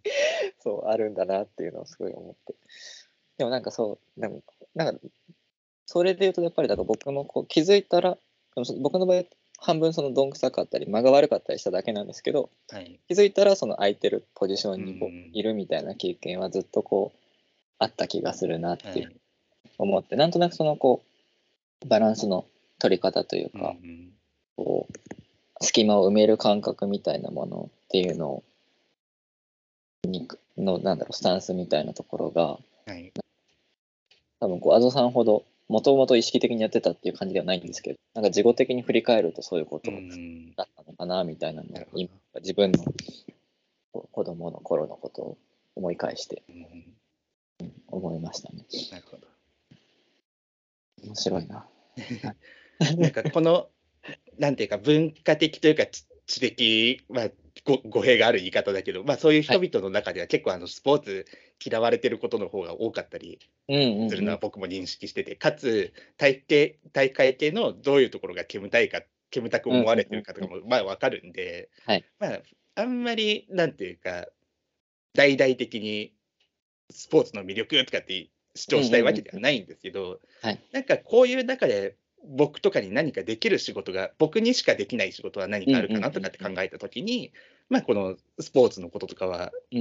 Speaker 1: そうあるんだなっていうのをすごい思って。でもなんかそうでもなんかそれで言うとやっぱりだから僕もこう気づいたら僕の場合半分そのどんくさかったり間が悪かったりしただけなんですけど、
Speaker 2: はい、
Speaker 1: 気づいたらその空いてるポジショ
Speaker 2: う
Speaker 1: ンにこ
Speaker 2: ん
Speaker 1: ういるみたいな経験はずっとこうあった気がするなっ
Speaker 2: は
Speaker 1: ていう
Speaker 2: い、
Speaker 1: 思って、なんとなくそのこうバランスの取り方という
Speaker 2: う
Speaker 1: か、
Speaker 2: ん
Speaker 1: こう隙間を埋める感覚みたいなものっていうのにのなんだろうスタンスみたいなところが
Speaker 2: はい、
Speaker 1: 多分こうアゾさんほどもともと意識的にやってたっていう感じではないんですけど、なんか事後的に振り返るとそういうこ
Speaker 2: う
Speaker 1: と
Speaker 2: ん、
Speaker 1: だったのかなみたいなの
Speaker 2: なるほど。
Speaker 1: を今自分のこう子供の頃のことを思い返して
Speaker 2: うん
Speaker 1: 思いましたね。
Speaker 2: なるほど。
Speaker 1: 面白いな。
Speaker 2: なんかこの、なんていうか、文化的というか、知知的、まあ、ご語弊がある言い方だけど、まあ、そういう
Speaker 1: はい。
Speaker 2: 人々の中では結構あのスポーツ嫌われてることの方が多かったり
Speaker 1: うんうん
Speaker 2: するの
Speaker 1: うん。
Speaker 2: は僕も認識してて、かつ、体系大会系のどういうところが煙たいか煙たく
Speaker 1: うんうん
Speaker 2: 思われて
Speaker 1: うんうん。
Speaker 2: るかとかも、まあ、分かるんで、
Speaker 1: はい。
Speaker 2: まあ、あんまりなんていうか、大々的にスポーツの魅力とかって主
Speaker 1: うんうん
Speaker 2: 張したいわ
Speaker 1: うんうん。
Speaker 2: けではないんですけど、
Speaker 1: はい。
Speaker 2: なんかこういう中で、僕とかに何かできる仕事が、僕にしかできない仕事は何
Speaker 1: うんうん
Speaker 2: かあるかなとかって
Speaker 1: うんうん。
Speaker 2: 考えたときに、まあ、このスポーツのこととかは、
Speaker 1: うんうん。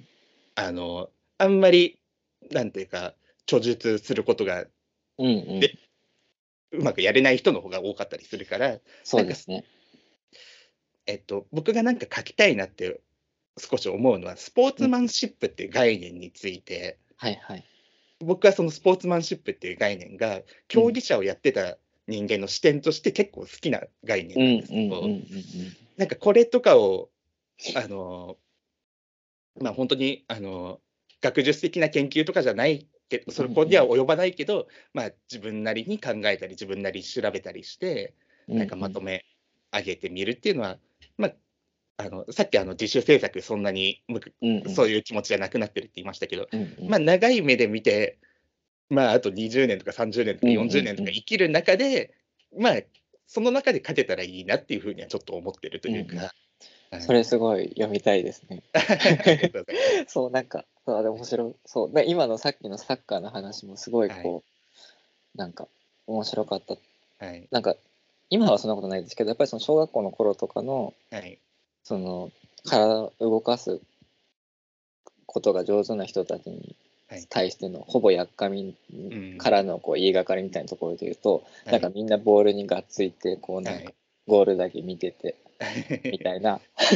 Speaker 2: あの、あんまり、なんていうか、著述することが、
Speaker 1: うんうん。
Speaker 2: でうまくやれない人の方が多かったりするから、なんか、
Speaker 1: そうですね。
Speaker 2: えっと、僕がなんか書きたいなって少し思うのは、スポー
Speaker 1: うん。
Speaker 2: ツマンシップっていう概念について、
Speaker 1: はいはい。
Speaker 2: 僕はそのスポーツマンシップっていう概念が、
Speaker 1: うん。
Speaker 2: 競技者をやってた人間の視点として結構好きな概念なんです
Speaker 1: うんうんうんうん
Speaker 2: けど、
Speaker 1: うん
Speaker 2: なんかこれとかを、あの、まあ、本当に、あの、学術的な研究とかじゃないけど、
Speaker 1: うん。
Speaker 2: そ
Speaker 1: うんうん。
Speaker 2: こには及ばないけど、まあ、自分なりに考えたり、自分なりに調べたりして、なんか
Speaker 1: うんうん。
Speaker 2: まとめ上げてみるっていうのは、まあ、あの、さっきあの自主制作そんなにむく
Speaker 1: うんうん。
Speaker 2: そういう気持ちじゃなくなってるって言いましたけど、
Speaker 1: うんうん。
Speaker 2: まあ、長い目で見て、まあ、あとにじゅうねんとかさんじゅうねんとか
Speaker 1: うんう
Speaker 2: よんじゅうねんと
Speaker 1: んうん。
Speaker 2: か生きる中で、まあ、その中で勝てたらいいなっていう風にはちょっと思ってると
Speaker 1: うんうん。
Speaker 2: いうか、はい。
Speaker 1: それすごい読みたいですね。
Speaker 2: ありがとうございます。
Speaker 1: そう、なんか、そう、あれ面白い。そう、で、今のさっきのサッカーの話もすごい
Speaker 2: はい、
Speaker 1: こう、なんか面白かった。
Speaker 2: はい、
Speaker 1: なんか、今はそんなことないですけど、やっぱりその小学校の頃とかの、
Speaker 2: はい、
Speaker 1: その、体を動かすことが上手な人たちに
Speaker 2: はい。
Speaker 1: 対してのほぼやっかみ
Speaker 2: うん、
Speaker 1: からのこう言いがかりみたいなところで言うと、なんか
Speaker 2: はい、
Speaker 1: みんなボールにがっついてこうなんか
Speaker 2: はい。
Speaker 1: ゴールだけ見ててみたいな
Speaker 2: うん、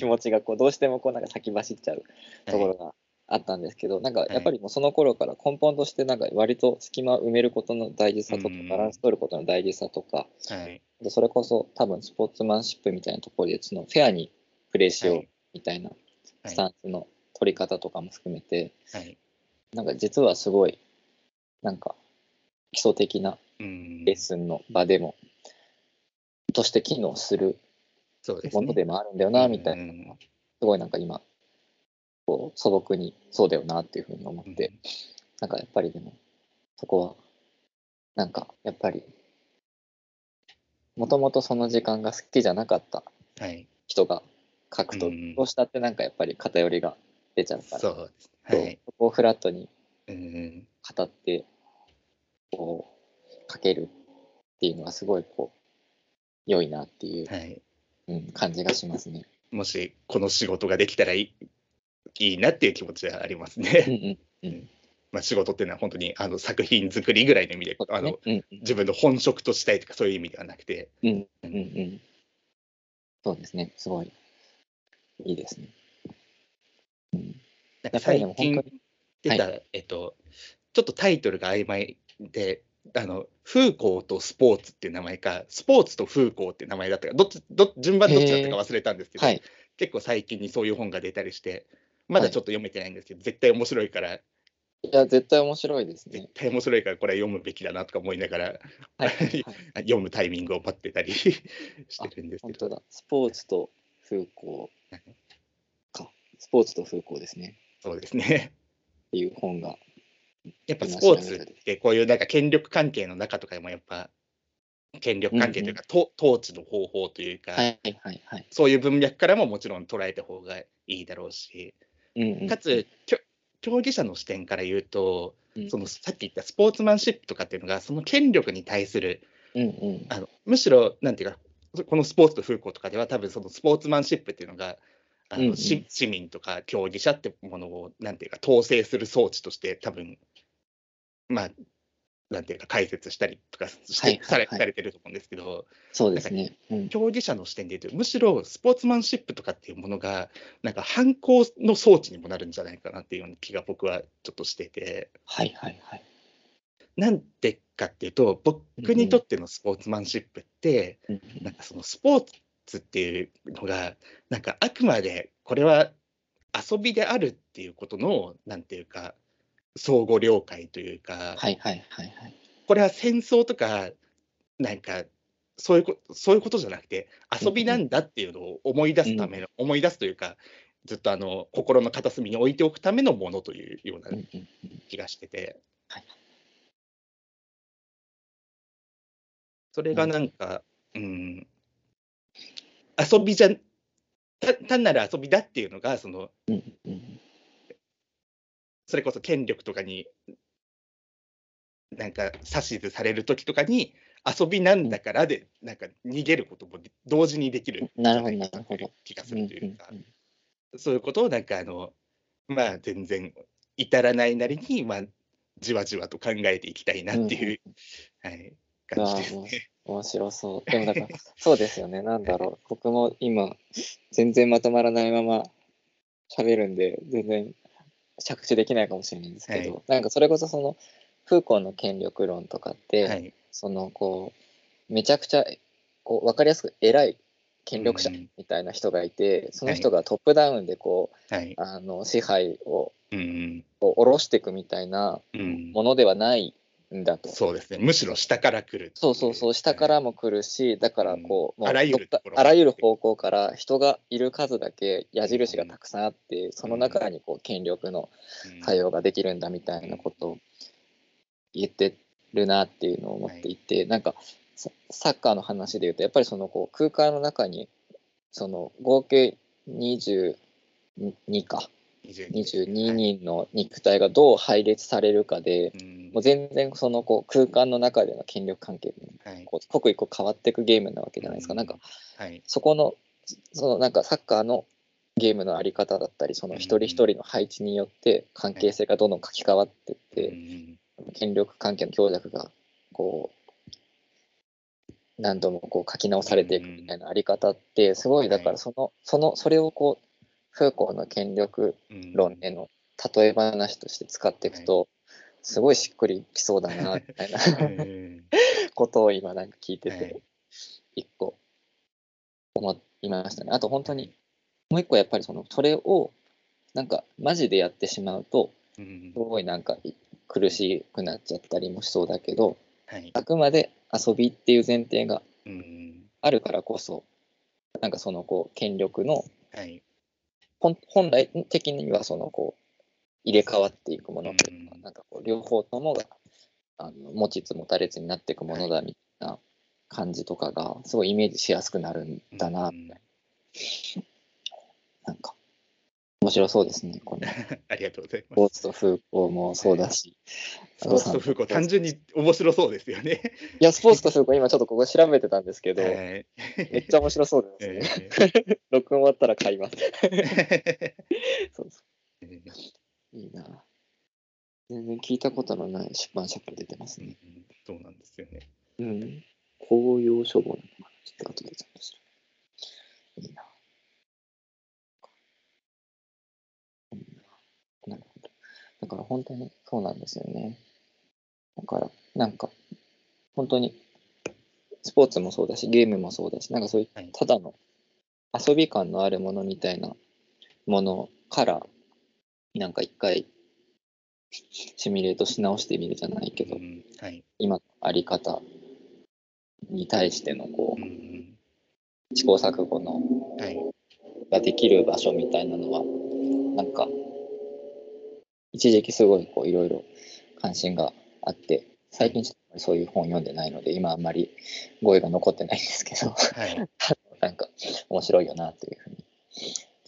Speaker 1: 気持ちがこうどうしてもこうなんか先走っちゃう
Speaker 2: はい、
Speaker 1: ところがあったんですけど、なんか
Speaker 2: はい、
Speaker 1: やっぱりもうその頃から根本としてなんか割と隙間を埋めることの大事
Speaker 2: う
Speaker 1: さとかバラン
Speaker 2: ん、
Speaker 1: ス取ることの大事さとか、
Speaker 2: はい、
Speaker 1: でそれこそ多分スポーツマンシップみたいなところでそのフェアにプレーしよう
Speaker 2: はい、
Speaker 1: みたいなス
Speaker 2: はい、
Speaker 1: タンスの取り方とかも含めて、
Speaker 2: はい。
Speaker 1: なんか実はすごいなんか基礎的な
Speaker 2: うん、
Speaker 1: レッスンの場でもとして機能する
Speaker 2: そうですね。
Speaker 1: ものでもあるんだよ
Speaker 2: う
Speaker 1: なみたいなのは
Speaker 2: ん、
Speaker 1: すごいなんか今こう素朴にそうだよなっていうふうに思っ
Speaker 2: うん、
Speaker 1: て、なんかやっぱりでもそこはなんかやっぱりもともとその時間が好きじゃなかった
Speaker 2: はい、
Speaker 1: 人が書くとど
Speaker 2: うん、
Speaker 1: うしたってなんかやっぱり偏りが出ちゃうから、
Speaker 2: そうです。は
Speaker 1: そう
Speaker 2: い、
Speaker 1: そこをフラットに
Speaker 2: うん、
Speaker 1: 語ってこう書けるっていうのはすごいこう良いなっていう、
Speaker 2: はい。
Speaker 1: うん、感じがしますね。
Speaker 2: もしこの仕事ができたらいいいいなっていう気持ちはあります
Speaker 1: うん
Speaker 2: ね。
Speaker 1: うんうん。
Speaker 2: うん。まあ、仕事っていうのは本当にあの作品作りぐらいの意味で、
Speaker 1: そうですね。
Speaker 2: あの、
Speaker 1: うんうん
Speaker 2: 自分の本職としたいとかそういう意味ではなくて、
Speaker 1: うん。
Speaker 2: うん。
Speaker 1: うんうんうん。そうですね。すごいいいですね。うん。
Speaker 2: なんか
Speaker 1: やっぱりで
Speaker 2: 最近
Speaker 1: も本当に、はい。
Speaker 2: 出た、えっと、ちょっとタイトルが曖昧で、あの、フーコーとスポーツっていう名前か、スポーツとフーコーっていう名前だったか、どっちど順番どっちだった
Speaker 1: へえ。
Speaker 2: か忘れたんですけど、
Speaker 1: はい。
Speaker 2: 結構最近にそういう本が出たりして、ま
Speaker 1: はい。
Speaker 2: だちょっと読めてないんですけど、絶対面白いから
Speaker 1: いや、絶対面白いです
Speaker 2: 絶
Speaker 1: ね。
Speaker 2: 対面白いからこれは読むべきだなとか思いながら
Speaker 1: はいはいはい。
Speaker 2: 読むタイミングを待ってたりして
Speaker 1: あ、
Speaker 2: るんですけど。
Speaker 1: 本当だ。スポーツと風光か。スポーツと風光ですね。
Speaker 2: そうですね。
Speaker 1: っていう本が
Speaker 2: やっぱス
Speaker 1: 今
Speaker 2: ポーツっ
Speaker 1: 調べたで。
Speaker 2: てこういうなんか権力関係の中とかでもやっぱ権力
Speaker 1: うんうん。
Speaker 2: 関係というか、と統治の方法というか、
Speaker 1: はいはいはい。
Speaker 2: そういう文脈からももちろん捉えた方がいいだろうし、
Speaker 1: うんうん、
Speaker 2: かつ競技者の視点から言うと、うん、そのさっき言ったスポーツマンシップとかっていうのがその権力に対する、
Speaker 1: うんうん、
Speaker 2: あのむしろなんていうかこのスポーツとフーコーとかでは多分そのスポーツマンシップっていうのがあの、うんうん、市民とか競技者ってものをなんていうか統制する装置として多分まあなんていうか解説したりとかして、はいはいはい、され、されてると思うんですけど、
Speaker 1: そうですね、
Speaker 2: うん、競技者の視点で言うとむしろスポーツマンシップとかっていうものがなんか反抗の装置にもなるんじゃないかなっていうような気が僕はちょっとしてて、
Speaker 1: はいはいはい、
Speaker 2: なんでかっていうと僕にとってのスポーツマンシップって、うんうん、なんかそのスポーツっていうのがなんかあくまでこれは遊びであるっていうことのなんていうか相互了解というか、
Speaker 1: はいはいはいはい、
Speaker 2: これは戦争とかなんかそういうこそういうことじゃなくて遊びなんだっていうのを思い出すための、うん、思い出すというかずっとあの心の片隅に置いておくためのものというような気がしてて、はい、それがなんか、うん、遊びじゃ単なる遊びだっていうのがその、うんうん、それこそ権力とかになんか指図される時とかに遊びなんだからでなんか逃げることも同時にできるんじゃないかなという気がするというか、うんうんうん、そういうことをなんかあのまあ全然至らないなりにまあじわじわと考えていきたいなっていう、うんはい、感じですね。
Speaker 1: 面白そう。でもだからそうですよね。なんだろう。僕も今全然まとまらないまま喋るんで全然着地できないかもしれないんですけど、はい、なんかそれこそそのフーコーの権力論とかって、はい、そのこうめちゃくちゃこう分かりやすく偉い権力者みたいな人がいて、うん、その人がトップダウンでこう、はい、あの支配を、うん、こう下ろしていくみたいなものではないんだと、うん、
Speaker 2: そうですね。むしろ下から来る。
Speaker 1: そうそうそう、下からも来るし、だからこう、
Speaker 2: うん、もうあらゆるところ
Speaker 1: あらゆる方向から人がいる数だけ矢印がたくさんあって、うん、その中にこう権力の作用ができるんだみたいなことを言ってるなっていうのを思っていて、はい、なんかサッカーの話でいうとやっぱりそのこう空間の中にその合計にじゅうにかにじゅうににんの肉体がどう配列されるかで、はい、もう全然そのこう空間の中での権力関係がこう刻一刻変わっていくゲームなわけじゃないですか。なんか、はい、そこのそのなんかサッカーのゲームのあり方だったりその一人一人の配置によって関係性がどんどん書き換わっていって、はい、権力関係の強弱がこう何度もこう書き直されていくみたいなあり方ってすごい、だからそのそのそれをこうフーコーの権力論への例え話として使っていくと、すごいしっくりきそうだなみたいなことを今なんか聞いてて一個思いましたね。あと本当にもう一個やっぱりそのそれをなんかマジでやってしまうとすごいなんか苦しくなっちゃったりもしそうだけど、あくまで遊びっていう前提があるからこそなんかそのこう権力の本来的にはそのこう入れ替わっていくものというか、なんかこう両方ともがあの持ちつ持たれつになっていくものだみたいな感じとかがすごいイメージしやすくなるんだなみたいな。なんか面白そうですね。これ
Speaker 2: ありがとうございます。
Speaker 1: スポーツとフーコーもそうだし、
Speaker 2: スポーツとフーコー単純に面白そうですよね。
Speaker 1: いやスポーツとフーコー今ちょっとここ調べてたんですけど、めっちゃ面白そうですね。録音終わったら買います。そうそう。いいな。全然聞いたことのない出版社から出てますね。
Speaker 2: うん、そうなんですよね。
Speaker 1: うん。紅葉書房の話って後でちゃんとする。いいな。なるほど。だから本当にそうなんですよね。だからなんか本当にスポーツもそうだしゲームもそうだし、なんかそういうただの遊び感のあるものみたいなものからなんか一回シミュレートし直してみるじゃないけど、うんはい、今のあり方に対してのこう、うん、試行錯誤の、はい、ができる場所みたいなのはなんか一時期すごいこういろいろ関心があって最近ちょっとそういう本読んでないので今あんまり語彙が残ってないんですけど、はい、なんか面白いよなというふうに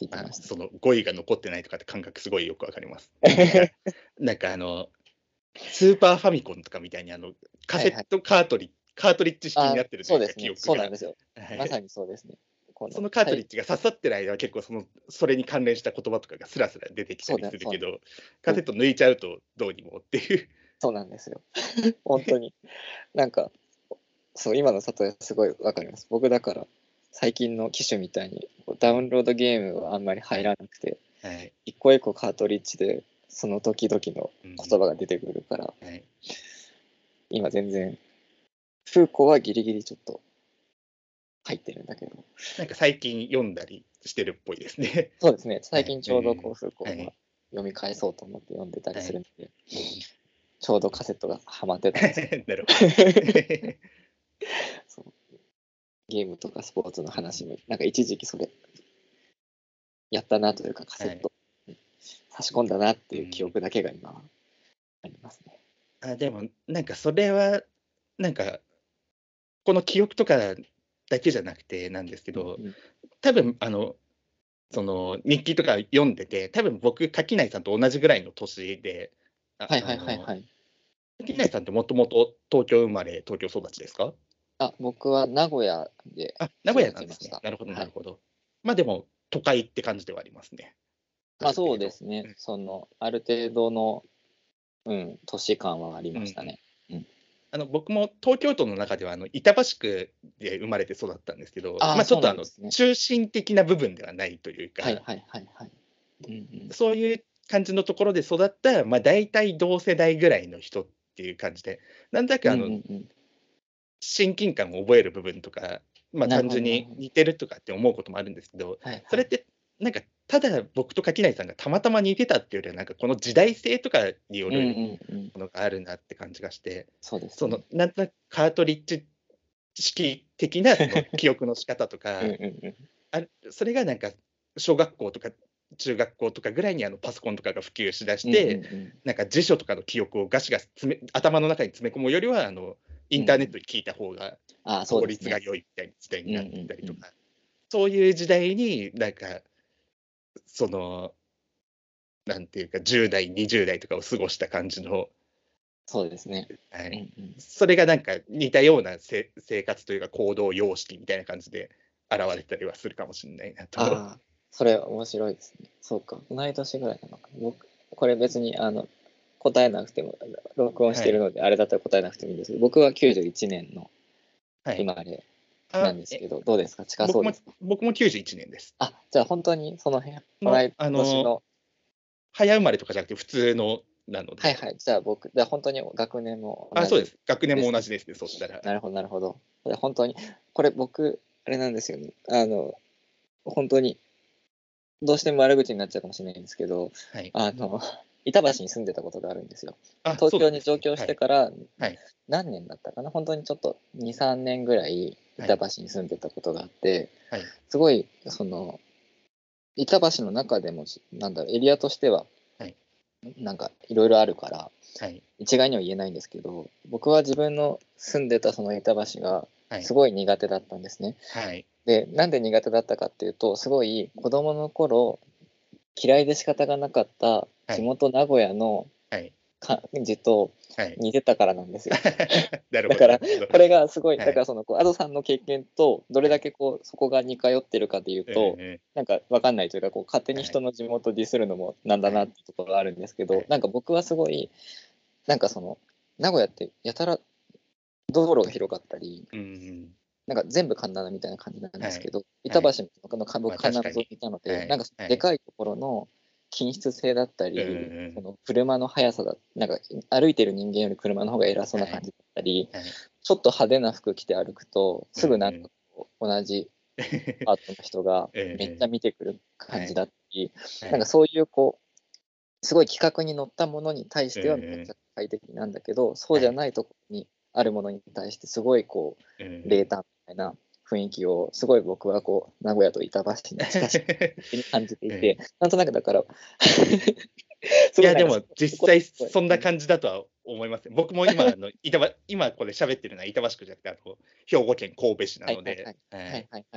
Speaker 1: 聞いてました。
Speaker 2: その語彙が残ってないとかって感覚すごいよくわかります。なんかあのスーパーファミコンとかみたいにあのカセットカートリッジ、はいはい、カートリッジ式になってるというか、記憶が。
Speaker 1: そうなんですよ。まさにそうですね。
Speaker 2: そのカートリッジが刺さってる間は結構そのそれに関連した言葉とかがスラスラ出てきたりするけど、カセット抜いちゃうとどうにもっていう。
Speaker 1: そうなんですよ。本当に。なんか、そう今の里親すごいわかります。僕だから最近の機種みたいにダウンロードゲームはあんまり入らなくて、はい、一個一個カートリッジでその時々の言葉が出てくるから、うんはい、今全然フーコーはギリギリちょっと入ってるんだけど、
Speaker 2: なんか最近読んだりしてるっぽいですね。
Speaker 1: そうですね。最近ちょうどこうフーコーは読み返そうと思って読んでたりするので、はい、ちょうどカセットがハマってたんですよ。なるほど。そうゲームとかスポーツの話もなんか一時期それやったなというかカセット、はい、差し込んだなっていう記憶だけが今はありますね。
Speaker 2: うん、あでもなんかそれはなんかこの記憶とかだけじゃなくてなんですけど、うん、多分あのその日記とか読んでて多分僕垣内さんと同じぐらいの年で、
Speaker 1: はいはいはいはい。
Speaker 2: 垣内さんってもともと東京生まれ東京育ちですか？
Speaker 1: あ、僕は名古屋で
Speaker 2: 育ちました。なるほどなるほど。はい、まあでも都会って感じではありますね。
Speaker 1: まあそうですね。うん、そのある程度の、うん、都市感はありましたね。うん、うん、
Speaker 2: あの僕も東京都の中ではあの板橋区で生まれて育ったんですけど、あまあちょっとあの、ね、中心的な部分ではないというか、
Speaker 1: はいはいはいはい。
Speaker 2: うんうん、そういう感じのところで育った、まあ大体同世代ぐらいの人っていう感じで、なんだかあの、うんうんうん、親近感を覚える部分とか、まあ、単純に似てるとかって思うこともあるんですけど、はいはい、それってなんかただ僕と垣内さんがたまたま似てたっていうよりはなんかこの時代性とかによるものがあるなって感じがして、
Speaker 1: そうですね、
Speaker 2: そのなんとなくカートリッジ式的なその記憶の仕方とかうんうん、うん、あそれがなんか小学校とか中学校とかぐらいにあのパソコンとかが普及しだして、うんうんうん、なんか辞書とかの記憶をガシガシ詰め頭の中に詰め込むよりはあのインターネットに聞いた方が効率が良いみたいな時代になっていたりとか、そういう時代になんかそのなんていうかじゅう代にじゅう代とかを過ごした感じの
Speaker 1: そうですね、
Speaker 2: はい、うんうん、それがなんか似たようなせ生活というか行動様式みたいな感じで現れたりはするかもしれないなと。
Speaker 1: ああ、それ面白いですね。そうか、同い年ぐらいなのかな。僕これ別にあの答えなくても録音してるので、はい、あれだったら答えなくてもいいんですけど、僕はきゅうじゅういちねんの生まれなんですけど、はい、どうですか？近そうですか？
Speaker 2: 僕も、僕もきゅうじゅういちねんです。
Speaker 1: あ、じゃあ本当にその辺同い年の
Speaker 2: 早生まれとかじゃなくて普通のなので。
Speaker 1: はいはい。じゃあ僕、じゃあ本当に学年も
Speaker 2: 同じ、あ、そうです。学年も同じですね、そしたら。
Speaker 1: なるほど、なるほど。本当に、これ僕、あれなんですよね。あの、本当に、どうしても悪口になっちゃうかもしれないんですけど、はい、あの、板橋に住んでたことがあるんですよ。東京に上京してから、何年だったかな、本当にちょっとに、さんねんぐらい板橋に住んでたことがあって、はい、すごい、その、板橋の中でも、なんだろう、エリアとしては、なんかいろいろあるから、はい、一概には言えないんですけど、僕は自分の住んでたその板橋がすごい苦手だったんですね。はい、で、なんで苦手だったかっていうと、すごい子供の頃嫌いで仕方がなかった地元名古屋の感じと似てたからなんですよ。だからこれがすごい、だからそのAdoさんの経験とどれだけこうそこが似通ってるかでいうと、なんか分かんないというか、こう勝手に人の地元ディスるのもなんだなっていうところがあるんですけど、なんか僕はすごいなんかその名古屋ってやたら道路が広かったり、なんか全部神奈みたいな感じなんですけど、板橋の僕神奈沿いにいたので、なんかでかいところの均質性だったり、うん、その車の速さだ、なんか歩いてる人間より車の方が偉そうな感じだったり、はいはい、ちょっと派手な服着て歩くとすぐなんかこう同じパートの人がめっちゃ見てくる感じだったり、はい、なんかそういうこうすごい規格に乗ったものに対してはめっちゃ快適なんだけど、そうじゃないところにあるものに対してすごいこう冷淡みたいな雰囲気をすごい僕はこう名古屋と板橋に近しく感じていて、うん、なんとなくだから
Speaker 2: いやでも実際そんな感じだとは思います。僕も今あの板橋今これ喋ってるのは板橋区じゃなくてあの兵庫県神戸市なので、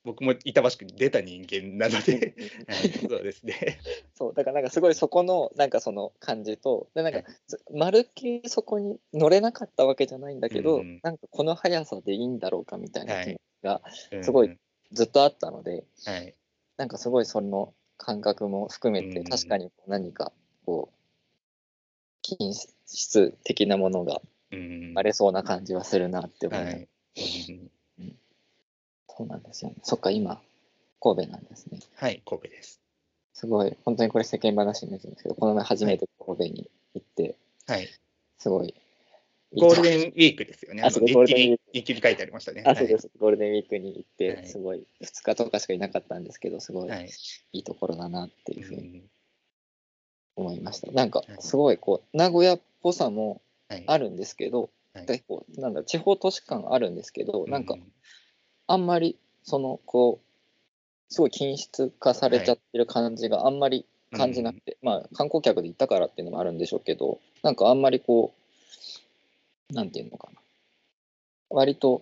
Speaker 2: 僕も板橋区に出た人間なので、はい、そうですね。
Speaker 1: そうだからなんかすごいそこのなんかその感じとでなんか、はい、まるっきりそこに乗れなかったわけじゃないんだけど、うん、なんかこの速さでいいんだろうかみたいな気持ちがすごいずっとあったので、
Speaker 2: はい、
Speaker 1: なんかすごいその感覚も含めて確かに何かこう均質的なものが生まれそうな感じはするなって思います。はい、うん、そうなんですよね。そっか今神戸なんですね。
Speaker 2: はい、神戸です。
Speaker 1: すごい本当にこれ世間話になっちゃうんですけど、この前初めて神戸に行って、
Speaker 2: はい、
Speaker 1: すごい
Speaker 2: ゴールデンウィークですよね。あの日記に日記に書いてありましたね。
Speaker 1: あ、そうです。ゴールデンウィークに行って、すごいふつかとかしかいなかったんですけど、すごいいいところだなっていうふうに思いました。なんかすごいこう名古屋っぽさもあるんですけど、結構なんだ地方都市感あるんですけど、なんかあんまりそのこうすごい均質化されちゃってる感じがあんまり感じなくて、はい、まあ観光客で行ったからっていうのもあるんでしょうけど、なんかあんまりこうなんていうのかな、割と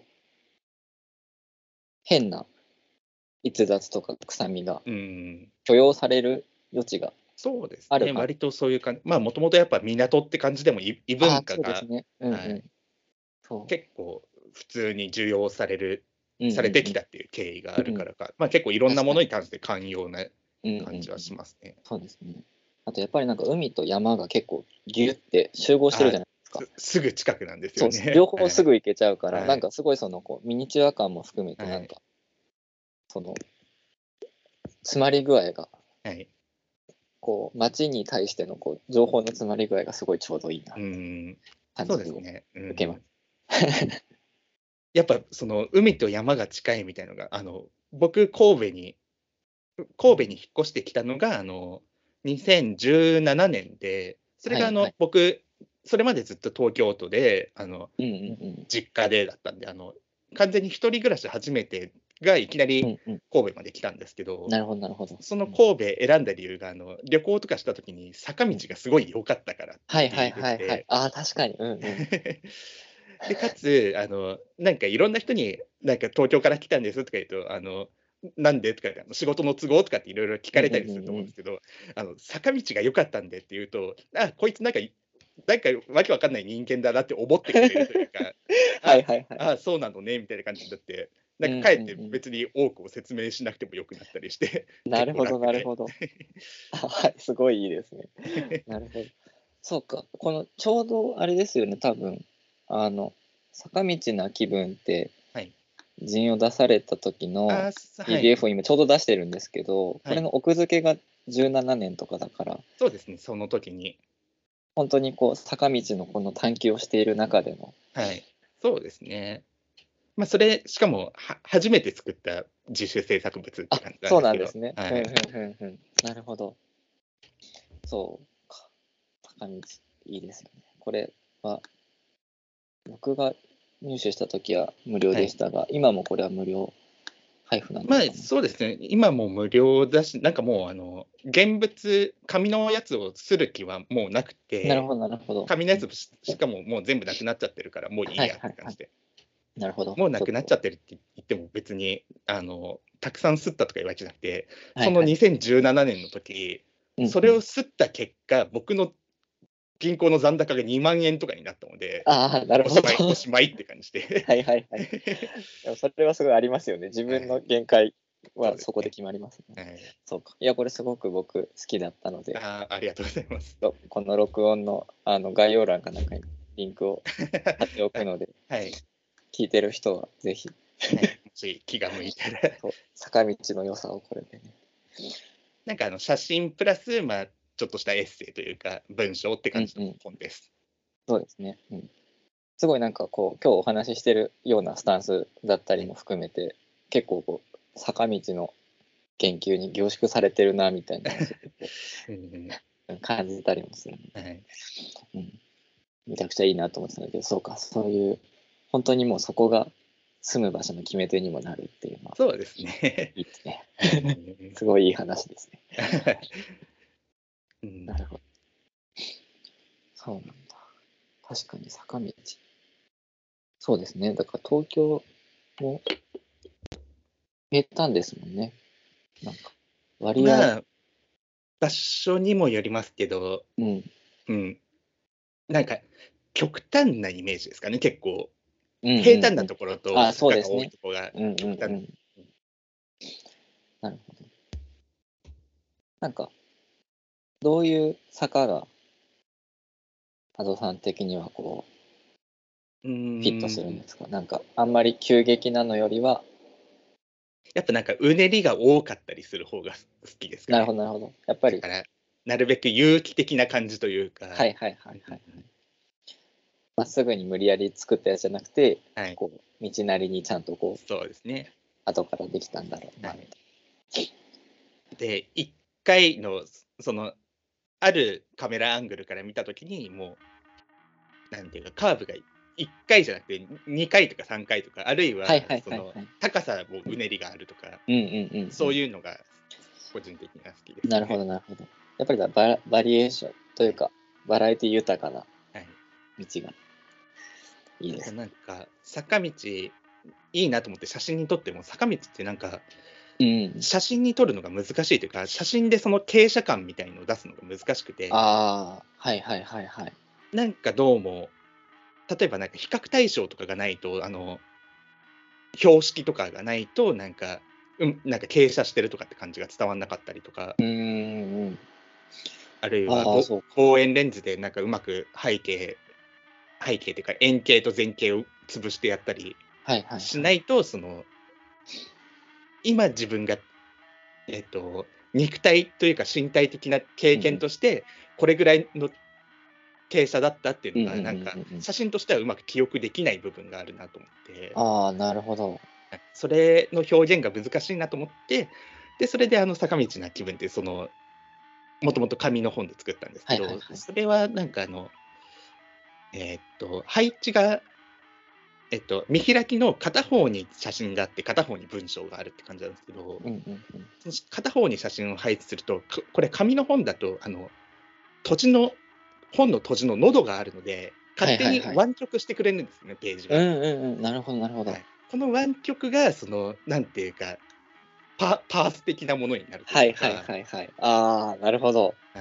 Speaker 1: 変な逸脱とか臭みが許容される余地が
Speaker 2: そうですね、割とそういう感じ、まあもともとやっぱ港って感じでも異文化が結構普通に受容される、されてきたっていう経緯があるからか、まあ結構いろんなものに対して寛容な感じはしますね。
Speaker 1: そうですね。あとやっぱりなんか海と山が結構ギュッて集合してるじゃないですか。
Speaker 2: す, すぐ近くなんですよね。
Speaker 1: そう両方すぐ行けちゃうから、はい、なんかすごいそのこうミニチュア感も含めてなんか、はい、その詰まり具合が、はい、こう街に対してのこう情報の詰まり具合がすごいちょうどいいなって感じを受けます。
Speaker 2: やっぱその海と山が近いみたいのが、あの僕神戸に神戸に引っ越してきたのがあのにせんじゅうななねんで、それがあの、はいはい、僕それまでずっと東京都であの、うんうんうん、実家でだったんで、あの完全に一人暮らし初めてがいきなり神戸まで来たんですけど、うんうん、
Speaker 1: なるほどなるほど。
Speaker 2: その神戸選んだ理由があの旅行とかした時に坂道がすごい良かったからっていう理由で、はいはいはいはい、
Speaker 1: あ確かに、うんうん
Speaker 2: でかつあのなんかいろんな人になんか東京から来たんですとか言うと、あのなんでとか仕事の都合とかっていろいろ聞かれたりすると思うんですけど、うんうんうん、あの坂道が良かったんでって言うと、あこいつなんかなんかわけわかんない人間だなって思ってくれるというかはいはい、はい、あそうなのねみたいな感じになって、なんかかえって別に多くを説明しなくてもよくなったりして、
Speaker 1: うんうんうん、なるほどなるほどはい、すごいいいですねなるほど。そうか、このちょうどあれですよね、多分あの坂道な気分って陣を出された時の ピーディーエフ を今ちょうど出してるんですけど、はい、これの奥付けがじゅうななねんとかだから、
Speaker 2: そうですね、その時に
Speaker 1: 本当にこう坂道のこの探求をしている中での、
Speaker 2: はい、そうですね。まあそれしかもは初めて作った自主制作物って感じなんですけど、
Speaker 1: そうなんですね。はい、うんうんうんうん。なるほど。そうか。坂道いいですよね。これは僕が入手した時は無料でしたが、はい、今もこれは無料配布なんですかね。
Speaker 2: まあそうですね。今も無料だし、なんかもうあの現物紙のやつをする気はもうなくて、
Speaker 1: なるほどなるほど。
Speaker 2: 紙のやつしかももう全部なくなっちゃってるからもういいやって感じで。
Speaker 1: なるほど。
Speaker 2: もうなくなっちゃってるって言っても別にあのたくさん吸ったとか言われじゃなくて、そのにせんじゅうななねんの時、はいはい、それを吸った結果、うんうん、僕の銀行の残高がにまんえんとかになったので、
Speaker 1: ああ、なるほど。
Speaker 2: おしまい、おしまいって感じで。
Speaker 1: はいはいはい。でもそれはすごいありますよね。自分の限界はそこで決まりますね。はい、そうか。いや、これすごく僕好きだったので。
Speaker 2: あありがとうございます。
Speaker 1: この録音のあの概要欄かなんかにリンクを貼っておくので、はい、聞いてる人はぜひ、
Speaker 2: はい、もし気が向いたら
Speaker 1: 坂道の良さをこれでね。
Speaker 2: なんかあの写真プラス、まあ、ちょっとしたエッセイというか文章って感じの本です。
Speaker 1: うんうん、そうですね、うん。すごいなんかこう今日お話ししてるようなスタンスだったりも含めて、はい、結構こう坂道の研究に凝縮されてるなみたいな感じたりもするので、はい、うん、めちゃくちゃいいなと思ってたんだけど、そうか、そういう本当にもうそこが住む場所の決め手にもなるっていうのは、
Speaker 2: そうですね。
Speaker 1: いいですね。すごいいい話ですね。うん、なるほど。そうなんだ。確かに坂道。そうですね。だから東京も平坦ですもんね。なんか割合、
Speaker 2: まあ、場所にもよりますけど、
Speaker 1: うん、
Speaker 2: うん、なんか極端なイメージですかね、結構。
Speaker 1: うんうん
Speaker 2: 平坦な
Speaker 1: うん。
Speaker 2: ところと
Speaker 1: あ、そう
Speaker 2: 坂が多い
Speaker 1: ですね。
Speaker 2: ところが
Speaker 1: うんうん
Speaker 2: 極端。
Speaker 1: うん。なるほど。なんかどういう坂がアドさん的にはこ
Speaker 2: う
Speaker 1: うフィットするん
Speaker 2: ーん、
Speaker 1: ですか？なんかあんまり急激なのよりは。
Speaker 2: やっぱなんかうねりが多かったりする方が好きですか
Speaker 1: なるほ
Speaker 2: ね。
Speaker 1: どなるほど。やっぱり、
Speaker 2: だから、なるべく有機的な感じというか、
Speaker 1: はいはいはいはい。
Speaker 2: うんうんうん、
Speaker 1: まっすぐに無理やり作ったやつじゃなくて、
Speaker 2: はい、
Speaker 1: こう道なりにちゃんとこう
Speaker 2: そうですね。
Speaker 1: 後からできたんだろうなみた
Speaker 2: はい。
Speaker 1: い
Speaker 2: で、いっかいのその、あるカメラアングルから見たときに、もう、なんていうか、カーブがいっかいじゃなくてにかいとかさんかいとか、あるい
Speaker 1: な。はいはい
Speaker 2: はその
Speaker 1: はいはい。
Speaker 2: 高さもうねりがあるとか、
Speaker 1: うんうんうん
Speaker 2: そういうのが個人的には好きで
Speaker 1: うん。なるほ
Speaker 2: すね。
Speaker 1: どなるほど。やっぱりだバラバリエーションとい
Speaker 2: はい。
Speaker 1: うか、バラエティ豊かな
Speaker 2: はい。
Speaker 1: 道がいい
Speaker 2: あと
Speaker 1: ですね。
Speaker 2: なんか、坂道いいなと思って写真に撮っても、坂道ってなんか、
Speaker 1: うん。
Speaker 2: 写真に撮るのが難しいというか、写真でその傾斜感みたいのを出すのが難しくて、
Speaker 1: ああ、はいはいはいはい。
Speaker 2: なんかどうも、例えばなんか比較対象とかがないと、あの、標識とかがないと、なんか、うん、なんか傾斜してるとかって感じが伝わんなかったりとか、
Speaker 1: うーん、うん。
Speaker 2: あるいは
Speaker 1: ああ、
Speaker 2: ぼ
Speaker 1: そうか。
Speaker 2: 望遠レンズでなんかうまく背景背景っていうか円形と前景を潰してやったり
Speaker 1: はいはいはい。
Speaker 2: しないと、その、今自分がえっと、肉体というか身体的な経
Speaker 1: うんうん。
Speaker 2: 験として、これぐらいの傾斜だったっていうのが、
Speaker 1: うんうんうん
Speaker 2: なんか
Speaker 1: うんうん。
Speaker 2: 写真としてはうまく記憶できない部分があるなと思って、
Speaker 1: ああ、なるほど。
Speaker 2: はい、それの表現が難しいなと思って、で、それであの坂道な気分ってその、もともと紙の本で作ったんですけど、
Speaker 1: はいはいはい。
Speaker 2: それはなんかあの、えっと、配置が、えっと、見開きの片方に写真があって、片方に文章があるって感じなんですけど、
Speaker 1: うんうんうん。
Speaker 2: その片方に写真を配置すると、ここれ紙の本だと、あの、閉じの本の閉じの喉があるので、
Speaker 1: は
Speaker 2: 勝手
Speaker 1: いはいはい。
Speaker 2: に湾曲してくれるんですね、ページが。
Speaker 1: うんうんうん。なるほどなるほど。
Speaker 2: はい。この湾曲がその、なんていうか、パパース的なものになると
Speaker 1: はいはい
Speaker 2: いうか、
Speaker 1: はいはい。ああ、なるほど。
Speaker 2: はい。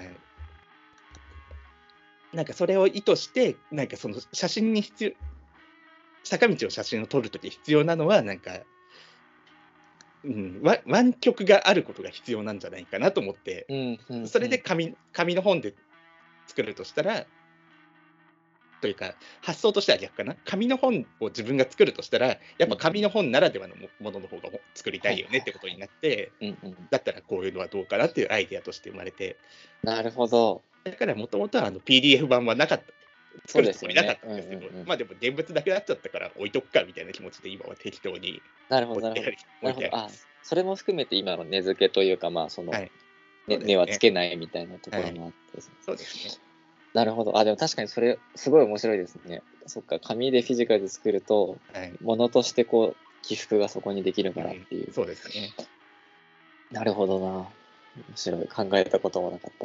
Speaker 2: なんかそれを意図して、なんかその写真に必要坂道を写真を撮るとき必要なのは、なんか、うん、わ湾曲があることが必要なんじゃないかなと思って、
Speaker 1: うん、うん
Speaker 2: それで
Speaker 1: うん。
Speaker 2: 紙紙の本で作るとしたらというか、発想としては逆かな。紙の本を自分が作るとしたら、やっぱ
Speaker 1: うんうん。
Speaker 2: 紙の本ならではのもものの方がほ作りた
Speaker 1: はい
Speaker 2: いよねってことに
Speaker 1: はいはい。
Speaker 2: なって、
Speaker 1: うんうん。
Speaker 2: だったらこういうのはどうかなっていうアイデアとして生まれて、
Speaker 1: なるほど。
Speaker 2: だからもともとはあの ピーディーエフ 版はなかった、
Speaker 1: そう
Speaker 2: 作るつもりなかっ
Speaker 1: ですよね。うんうん
Speaker 2: たんですけど、
Speaker 1: うん。
Speaker 2: まあでも現物なくなっちゃったから置いとくかみたいな気持ちで今は適当に
Speaker 1: なるほどなるほど。
Speaker 2: 置いてあり置い
Speaker 1: なるほど。あ、
Speaker 2: てあります。
Speaker 1: それも含めて今の根付けというか、まあ、その、
Speaker 2: はい。そ
Speaker 1: ね、根はつ
Speaker 2: うですね。
Speaker 1: けないみたいなところ
Speaker 2: はい。
Speaker 1: もあってですね。
Speaker 2: そうですね。
Speaker 1: なるほど。あ、でも確かにそれすごい面白いですね。そっか、紙でフィジカルで作ると、
Speaker 2: はい。
Speaker 1: ものとしてこう起伏がそこにできるからっ
Speaker 2: うん、
Speaker 1: ていう。
Speaker 2: そうですね。
Speaker 1: なるほどな。面白い。考えたこともなかった。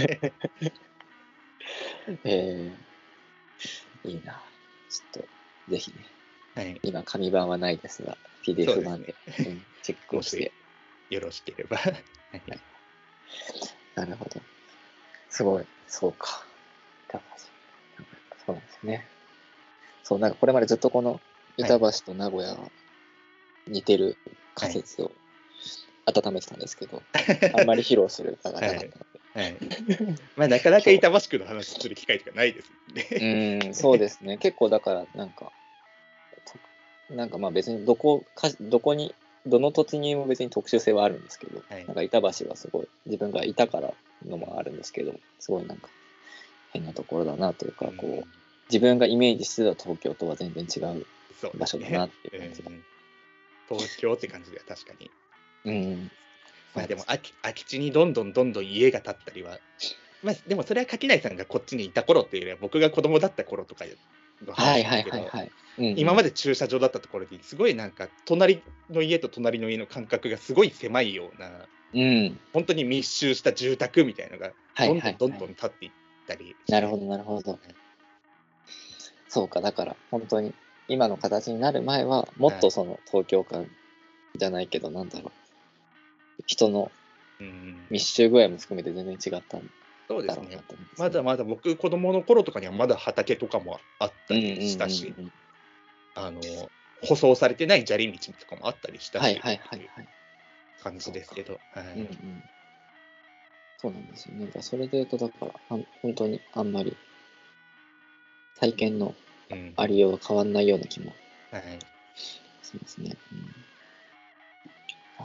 Speaker 1: えー、いいな。ちょっと、ぜひね、
Speaker 2: はい。
Speaker 1: 今、紙版はないですが、
Speaker 2: そう
Speaker 1: ピーディーエフ 版で、
Speaker 2: ですね。
Speaker 1: うん、チェック
Speaker 2: もし
Speaker 1: をして。
Speaker 2: よろしければ。はい。
Speaker 1: はい、なるほど。すごい。そうか。そうなんですね。そう、なんかこれまでずっとこの
Speaker 2: はい。
Speaker 1: 板橋と名古屋が似てる
Speaker 2: はい。
Speaker 1: 仮説を温めてたんですけど、あんまり披露する場が
Speaker 2: はい。
Speaker 1: なかったの
Speaker 2: はい。
Speaker 1: で、
Speaker 2: まあ、なかなか
Speaker 1: 今日、
Speaker 2: 板橋区の話する機会とかないですもん
Speaker 1: う
Speaker 2: ね。
Speaker 1: ーん、そうですね。結構だから、なんか、となんかまあ別にどこか、どこに、どの土地にも別に特殊性はあるんですけど、
Speaker 2: はい。
Speaker 1: なんか板橋はすごい、自分がいたからの
Speaker 2: うん。
Speaker 1: もあるんですけど、すごいなんか変なところだなというか、こう、
Speaker 2: うん。
Speaker 1: 自分がイメージしてた東京とは全然違う
Speaker 2: そうで
Speaker 1: 場
Speaker 2: すね。
Speaker 1: 所だなっていう
Speaker 2: う
Speaker 1: 感じが。
Speaker 2: ん。東京って感じでは確かに。
Speaker 1: うん、そ
Speaker 2: まあ、でも、
Speaker 1: うです。
Speaker 2: 空き空き地にどんどんどんどん家が建ったりは、まあ、でもそれは垣内さんがこっちにいた頃っていうよりは、僕が子供だった頃とかの
Speaker 1: はいはい
Speaker 2: 話ですけど、
Speaker 1: はいはい。うんうん。
Speaker 2: 今まで駐車場だったところに、すごいなんか、隣の家と隣の家の間隔がすごい狭いような、
Speaker 1: うん。
Speaker 2: 本当に密集した住宅みたいなのが、
Speaker 1: はい
Speaker 2: どんどんどん
Speaker 1: はいはい。
Speaker 2: どん建っていったりして、
Speaker 1: なるほどなるほど。
Speaker 2: はい。
Speaker 1: そうか、だから本当に今の形になる前は、もっ
Speaker 2: はい。
Speaker 1: とその東京感じゃないけど、なんだろう。人の
Speaker 2: うん
Speaker 1: 密集具合も含めて全然違ったん
Speaker 2: そうですね。
Speaker 1: だろうなと思うんです
Speaker 2: まだまだ僕、子供の頃とかにはまだ畑とかもあったりしたし、
Speaker 1: うんうんうんうん。
Speaker 2: あの、舗装されてない砂利道とかもあったりしたし、
Speaker 1: はいはいはいはい。
Speaker 2: 感じですけど、は
Speaker 1: うんう
Speaker 2: い。
Speaker 1: ん。そうなんですよね。だからそれで言うと、だから、あん本当にあんまり体験の
Speaker 2: うん
Speaker 1: ありようが変わんないような気も
Speaker 2: はい。
Speaker 1: しますね。うん。なるほ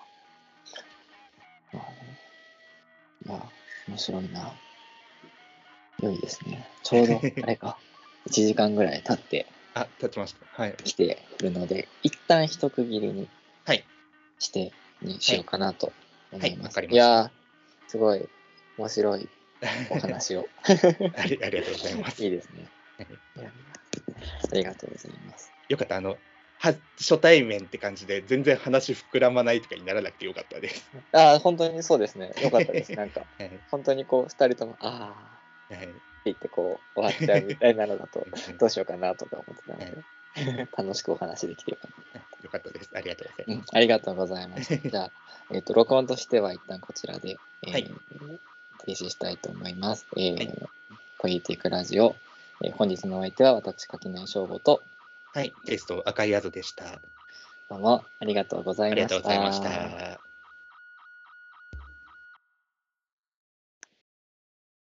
Speaker 1: どな。まあ、面白いな。良いですね。ちょうど、あれか、いちじかんぐらい経って
Speaker 2: あ、立ちました。はい。
Speaker 1: きてるので、一旦一区切りに
Speaker 2: はい。
Speaker 1: してにしよう
Speaker 2: はい。
Speaker 1: かなと思
Speaker 2: はい、
Speaker 1: います。
Speaker 2: わかりました。
Speaker 1: いやー、すごい面白いお話を。
Speaker 2: ありありがとうございます。
Speaker 1: いいですね。
Speaker 2: はい
Speaker 1: いやいや、ありがとうございます。
Speaker 2: よかった、あの、は初対面って感じで、全然話膨らまないとかにならなくてよかったです。
Speaker 1: ああ、本当にそうですね。良かったです。なんか、
Speaker 2: はい。
Speaker 1: 本当にこう、二人とも、ああ
Speaker 2: はい。
Speaker 1: って言ってこう、終わっちゃうみたいなのだと、
Speaker 2: うん
Speaker 1: どうしようかなとか思ってたの
Speaker 2: はい。
Speaker 1: で、楽しくお話できてよかっ
Speaker 2: よかったです。ありがとうござい
Speaker 1: た。うん、
Speaker 2: ます。
Speaker 1: ありがとうございました。じゃあ、えっと、録音としては一旦こちらで、え
Speaker 2: はい。
Speaker 1: ー停止したいと思います。え
Speaker 2: はい。
Speaker 1: ー、ポリティックラジオ、えー本日のお相手は私、垣内翔吾と、
Speaker 2: はい。ゲスト、赤いあずでした。
Speaker 1: どうもありがとうござい
Speaker 2: ありが
Speaker 1: まし
Speaker 2: とうございまし
Speaker 1: た。
Speaker 2: た。